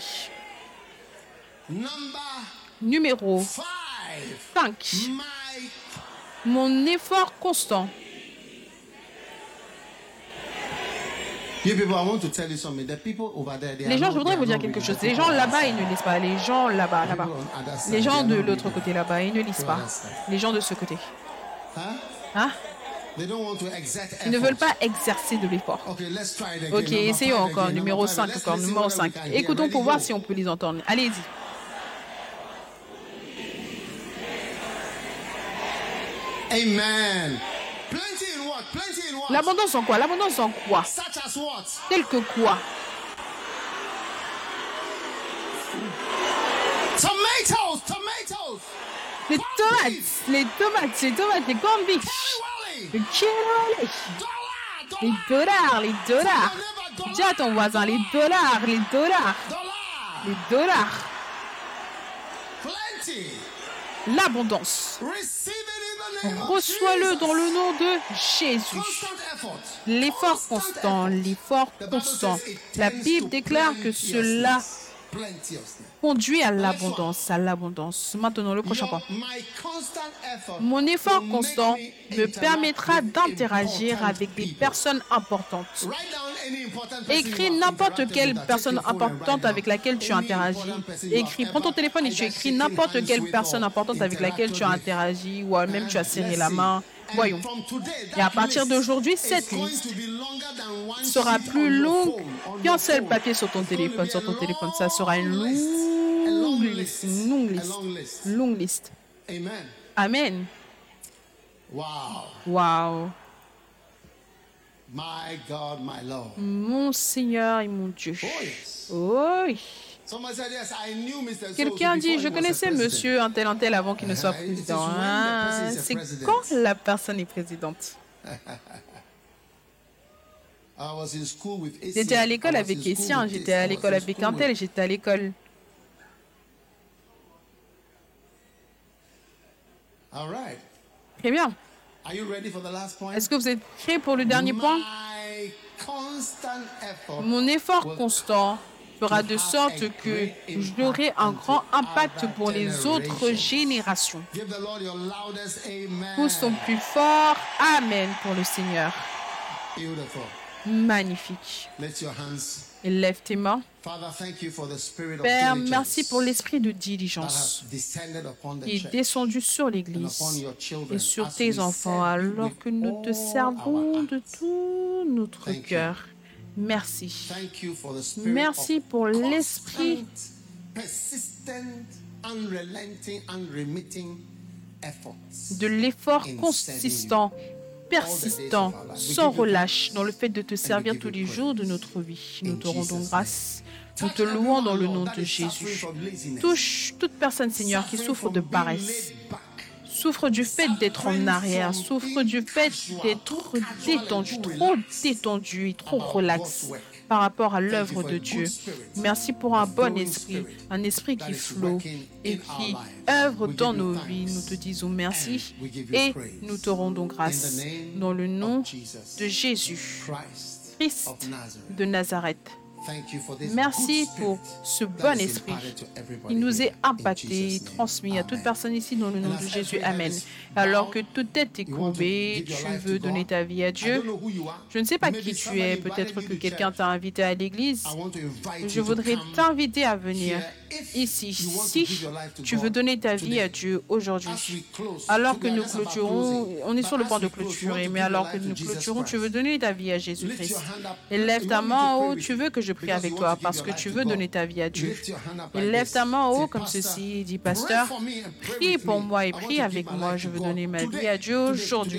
Numéro 5. Mon effort constant. Les gens, je voudrais vous dire quelque chose. Les gens là-bas, ils ne lisent pas. Les gens là-bas, là-bas. Les gens de l'autre côté là-bas, ils ne lisent pas. Les gens de ce côté. Hein? Ils ne veulent pas exercer de l'effort. Ok, essayons encore. Numéro 5 encore. Numéro 5. Écoutons pour voir si on peut les entendre. Allez-y. Amen. L'abondance en quoi? L'abondance en quoi? Tel que quoi? Les tomates, les corned beef, le kérolé, Les dollars, les dollars. Dis à ton voisin, les dollars, les dollars, les dollars. L'abondance. Reçois-le dans le nom de Jésus. L'effort constant, l'effort constant. La Bible déclare que cela conduit à l'abondance, à l'abondance. Maintenant, le prochain point. Mon effort constant me permettra d'interagir avec des personnes importantes. Écris n'importe quelle personne importante avec laquelle tu interagis. Écris, prends ton téléphone et tu écris n'importe quelle personne importante avec laquelle tu as interagi ou même tu as serré la main. Voyons. Et à partir d'aujourd'hui, cette liste sera plus longue qu'un seul papier sur ton téléphone. Ça sera une longue liste, une longue liste, longue liste. Amen. Wow. Mon Seigneur et mon Dieu. Oh oui. Quelqu'un dit, je connaissais monsieur un tel avant qu'il ne soit président. Ah, c'est quand la personne est présidente. J'étais à l'école avec Essien, j'étais à l'école avec un tel, j'étais à l'école. Très bien. Est-ce que vous êtes prêts pour le dernier point? Mon effort constant fera de sorte que j'aurai un grand impact pour les autres générations. Pousse ton plus fort. Amen pour le Seigneur. Magnifique. Et lève tes mains. Père, merci pour l'esprit de diligence qui est descendu sur l'Église et sur tes enfants alors que nous te servons de tout notre cœur. Merci. Merci pour l'esprit de l'effort consistant, persistant, sans relâche dans le fait de te servir tous les jours de notre vie. Nous te rendons grâce. Nous te louons dans le nom de Jésus. Touche toute personne, Seigneur, qui souffre de paresse, souffre du fait d'être en arrière, souffre du fait d'être détendu, trop détendu et trop relax par rapport à l'œuvre de Dieu. Merci pour un bon esprit, un esprit qui flot et qui œuvre dans nos vies. Nous te disons merci et nous te rendons grâce dans le nom de Jésus, Christ de Nazareth. Merci pour ce bon esprit qui nous est impacté et transmis à toute personne ici dans le nom de Jésus. Amen. Alors que toute tête est courbée, tu veux donner ta vie à Dieu. Je ne sais pas qui tu es. Peut-être que quelqu'un t'a invité à l'église. Je voudrais t'inviter à venir ici. Si tu veux donner ta vie à Dieu aujourd'hui, alors que nous clôturons, on est sur le point de clôturer, mais alors que nous clôturons, tu veux donner ta vie à Jésus-Christ. Et lève ta main en haut, tu veux que je prie avec toi parce que tu veux donner ta vie à Dieu. Et lève ta main en haut comme ceci, dit pasteur, prie pour moi et prie avec moi. Je veux donner ma vie à Dieu aujourd'hui.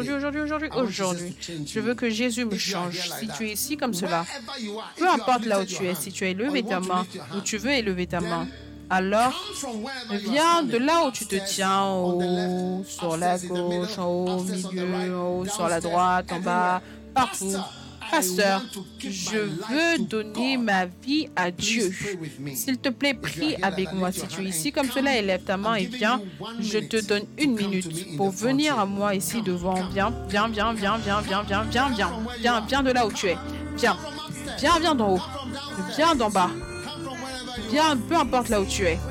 Je veux que Jésus me change. Si tu es ici comme cela, peu importe là où tu es, si tu as élevé ta main ou tu veux élever ta main, alors viens de là où tu te tiens, en haut, sur la gauche, en haut, au milieu, en haut, sur la droite, en bas, partout. Pasteur, je veux donner ma vie à Dieu. S'il te plaît, prie avec moi. Si tu es ici comme cela, élève ta main et viens. Je te donne 1 minute pour venir à moi ici devant. Viens de là où tu es. Viens d'en haut. Viens d'en bas. Viens, peu importe là où tu es.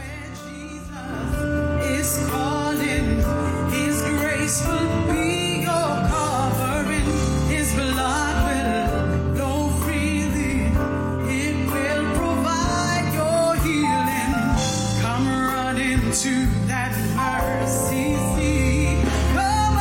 To that mercy seat, come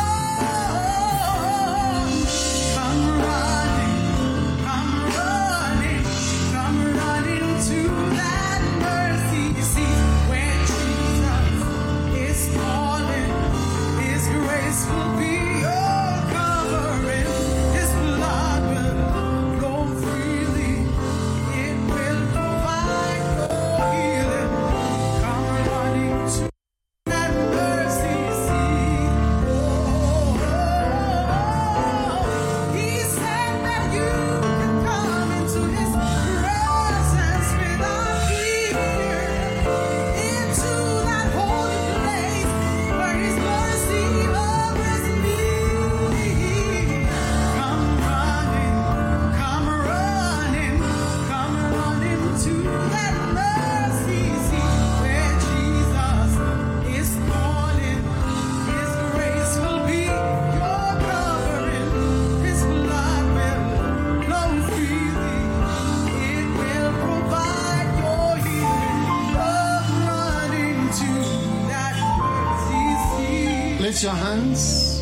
running to that mercy seat where Jesus is calling. His grace will be your covering. His blood will flow freely. It will provide your healing. Come running to that mercy seat. Oh, he said. hands.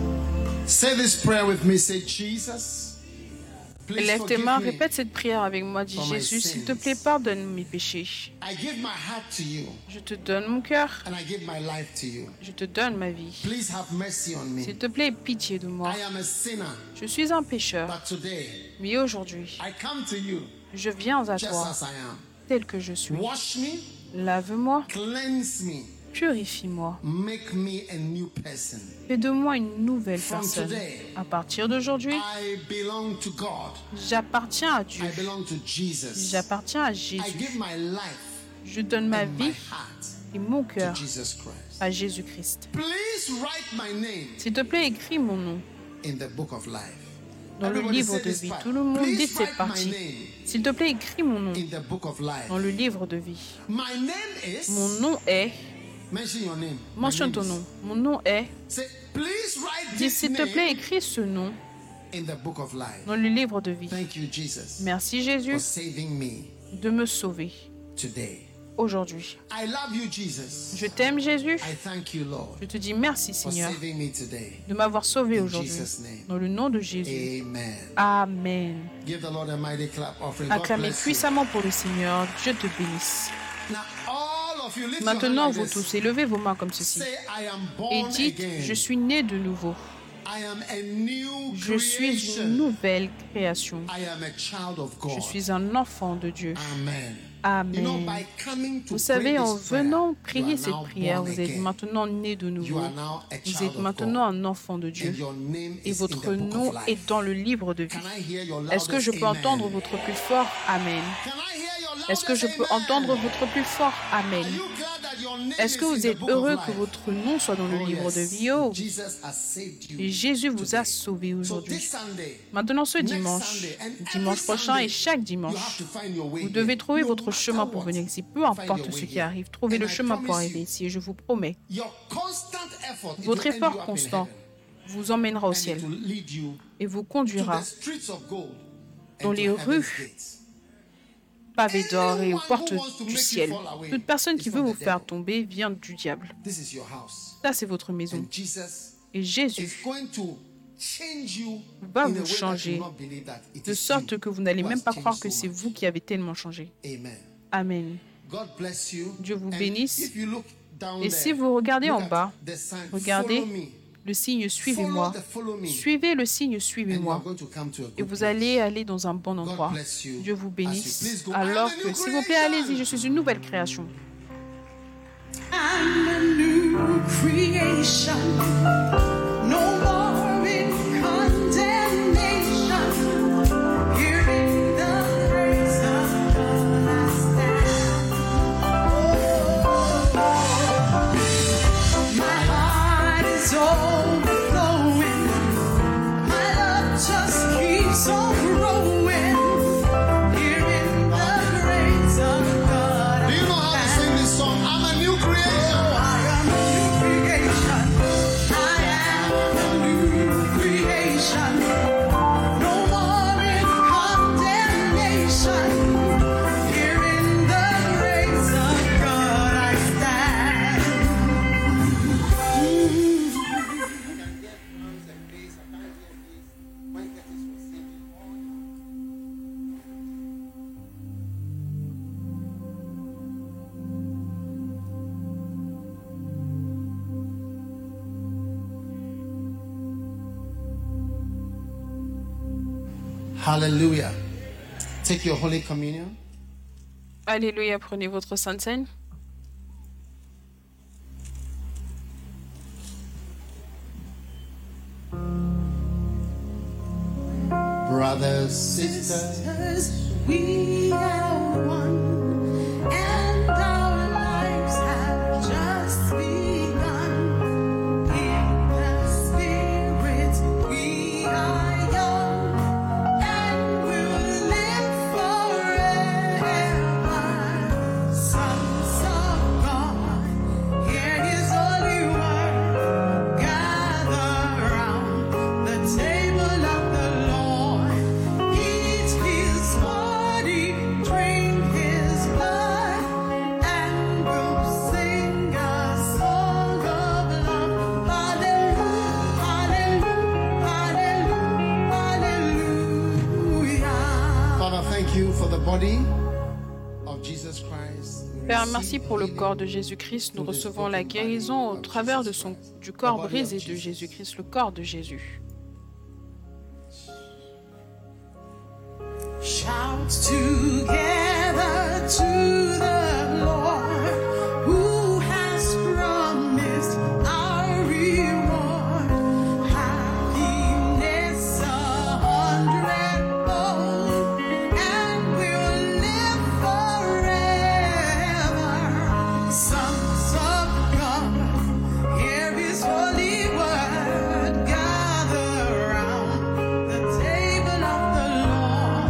Say this prayer with me. Say, Jesus, please Lève tes forgive mains, me. répète cette prière avec moi. Dis, for my Jésus, s'il te sins. plaît, pardonne mes péchés. I give my heart to you, Je te donne mon cœur. and I give my life to you. Je te donne ma vie. Please have mercy on me. S'il te plaît, aie pitié de moi. I am a sinner, Je suis un pécheur. but today Mais aujourd'hui, I come to you je viens à just toi as I am. tel que je suis. Wash me, Lave-moi, cleanse me, purifie-moi. make me a new person. Fais de moi une nouvelle From personne. today, À partir d'aujourd'hui, I belong to God. j'appartiens à Dieu. I belong to Jesus. J'appartiens à I Jésus. give my life Je donne ma and my vie heart et mon to cœur Jesus Christ. à Jésus-Christ. Please write my name S'il te plaît, écris mon nom in the book of life. dans le Everybody livre say de this vie. part. Tout le monde dit Please cette write my partie. name S'il te plaît, écris mon nom in the book of life. dans le livre de vie. My name is. Mon nom est... Mention your name. My Mentionne name ton is- nom. Mon nom est... Say, please write Dis, this s'il te plaît, name écris ce nom in the book of life. dans le livre de vie. Thank you, Jesus, Merci for Jésus saving me de me sauver today. aujourd'hui. I love you, Jesus. Je t'aime Jésus. I thank you, Lord, Je te dis merci for Seigneur saving me today. de m'avoir sauvé In aujourd'hui. Jesus' name. Dans le nom de Jésus. Amen. Amen. Give the Lord a mighty clap offering. God Acclamez bless you. puissamment pour le Seigneur. Dieu te bénisse. Now, all of you, lift your Maintenant, hand vous like this. tous, élevez vos mains comme ceci. Say, I am Et born dites, again. je suis né de nouveau. I am a new Je suis creation. une nouvelle création. I am a child of God. Je suis un enfant de Dieu. Amen. You know, Amen. by coming to Vous savez, pray en this prayer, venant you prier are cette now prière, born vous êtes again. maintenant né de You nouveau. are now a Vous child êtes of maintenant God. un enfant de Dieu. And your name Et is in votre the book nom of life. est dans le livre de vie. Can I hear your Est-ce que je peux loudest entendre amen? votre plus fort Amen. Can I hear your Est-ce que je loudest peux amen? entendre votre plus fort Amen. Are you glad that your name Est-ce que is in vous the êtes book of heureux life? que votre nom soit dans le Oh, livre de yes. vie? Oh, Jesus has saved you et Jésus vous a today. sauvé So aujourd'hui. this Sunday, Maintenant, ce next dimanche, Sunday, and every dimanche prochain Sunday, et chaque you dimanche, have to find your way vous here. devez trouver No votre matter chemin pour what, venir ici. Peu find importe your ce way qui here. arrive, trouvez And le I chemin pour promise arriver you, ici. Et je vous promets, your constant effort, it votre will end effort you up in constant heaven. vous emmènera au And ciel it will lead you et vous to conduira the streets of gold dans and les to rues heaven's gates. pavées d'or et aux Anyone portes who wants to du make you ciel. fall away Toute personne is qui veut from vous the faire devil. tomber vient du diable. This is your house. Ça, c'est votre maison. And Jesus Et is Jésus going to change you va in a vous way that you changer will not believe that it de is sorte you que vous n'allez who même has pas changed croire que so c'est much. vous qui avez tellement changé. Amen. Amen. God bless you. Dieu vous And bénisse. if you look down Et there, si vous regardez look en at bas, the sign, regardez follow me. le signe suivez-moi. Follow me. Suivez le signe And you are suivez-moi. going to come to a good Et vous place. allez aller dans un bon endroit. bless you Dieu vous as you bénisse. please go. Alors I'm a que, new s'il vous plaît, creation. allez-y, je suis une nouvelle création. I'm a new creation. No more in condemnation. Here in the grace of God I stand. My heart is overflowing. My love just keeps on growing. Here in the grace of God Do you know how to sing this song? I'm a new creation. I am a new creation. I am a new creation. No more in condemnation. Here in the grace of God I stand. Hallelujah. Take your Holy Communion. Alléluia, prenez votre Sainte Seine. Brothers, sisters, Sisters, we are one, and our lives have just begun. In the Spirit, we are young, and will live forever. Sons of God, hear His holy word. Gather round the table of the Lord. Eat His body, drink body of Jesus Christ. Père, merci pour le corps de Jésus-Christ. Nous recevons la guérison au travers du corps brisé de Jésus-Christ, le corps de Jésus. Shouts together to the Lord, who has promised our reward, happiness 100-fold, and we'll live forever. Sons of God, hear His holy word, gather round the table of the Lord.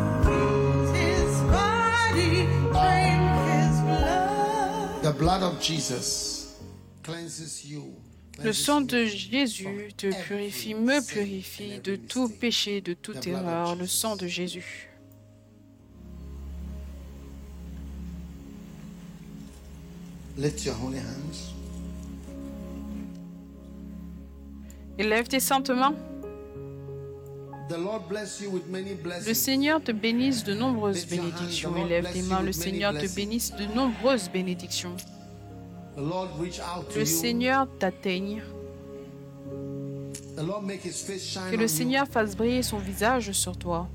The blood of Jesus cleanses you. Le sang de Jésus te purifie, me purifie de tout péché, de toute erreur. Le sang de Jésus. Lift your holy hands. Élève tes saintes mains. The Lord bless you with many blessings. Le Seigneur te bénisse de nombreuses bénédictions. Élève tes mains. Le Seigneur te bénisse de nombreuses bénédictions. The Lord reach out to Le you. Seigneur t'atteigne. The Lord make His face shine Que on le you. Seigneur fasse briller son visage sur toi.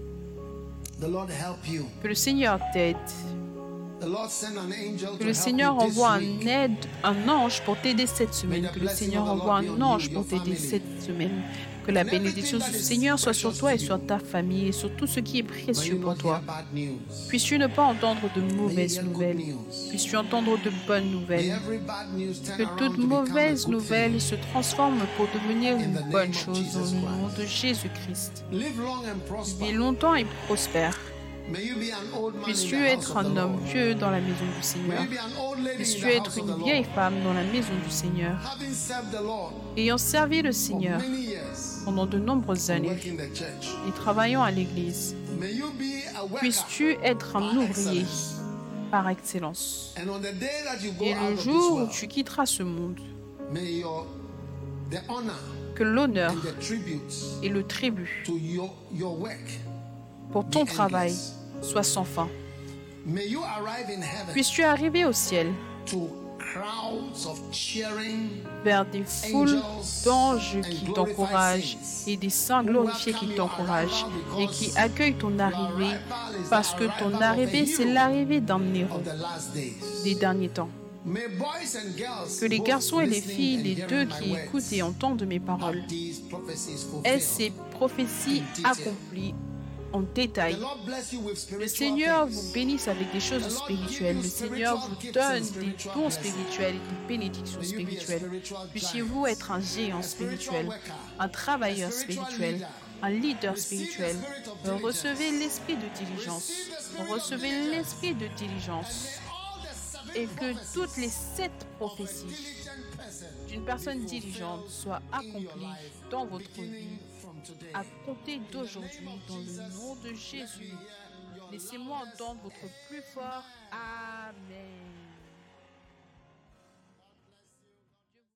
The Lord help you. Que le Seigneur t'aide. The Lord send an angel Que to le help Seigneur you this envoie week. un ange pour t'aider cette semaine. Que le Seigneur envoie un ange pour t'aider cette semaine. Que la bénédiction du Seigneur soit sur toi et sur ta famille et sur tout ce qui est May précieux you pour not toi. hear bad news. Puisses-tu ne pas entendre de May you mauvaises hear good nouvelles. news. Puisses-tu entendre de bonnes May nouvelles. every bad news turn Que around toute to become a mauvaise good nouvelle thing. se transforme pour devenir In the une name bonne of chose Jesus dans le nom Christ. de Jésus-Christ. Live long and prosper. Vis longtemps et prospère. May you be an old man in Puisses-tu the house être of the un homme Lord. vieux dans la maison du May Seigneur. you be an old lady in Puisses-tu the house être of the une Lord. vieille femme dans la maison du Seigneur. Having served the Lord Ayant servi le for Seigneur many years, pendant de nombreuses années working the church. et travaillant à l'église, May you be a worker puisses-tu être un by ouvrier excellence. par excellence. And on the day that you go Et out le of this jour où world, tu quitteras ce monde, may the honor que l'honneur and the tributes et le tribut to your work pour ton be travail endless. soient sans fin. May you arrive in heaven Puisses-tu arriver au ciel to crowds of cheering vers des foules d'anges qui t'encouragent et des saints glorifiés qui t'encouragent et qui accueillent ton arrivée parce que ton arrivée, c'est l'arrivée d'un héros of the last days. des derniers temps. May boys and girls Que les both garçons et les listening filles, and les hearing deux my qui words, écoutent et entendent mes paroles, have these prophecies aient fulfilled. ces prophéties accomplies en détail. The Lord bless you with Le spiritual Seigneur things. vous bénisse avec des choses spirituelles. Le Seigneur vous donne des dons spirituels et des bénédictions spirituelles. Puissiez-vous être un géant spirituel, un travailleur spirituel, un leader spirituel. Recevez l'esprit de diligence. Recevez l'esprit de diligence. Et que toutes les 7 prophéties d'une personne diligente soient accomplies dans votre vie à compter d'aujourd'hui dans le nom de Jésus. Laissez-moi entendre votre plus fort Amen.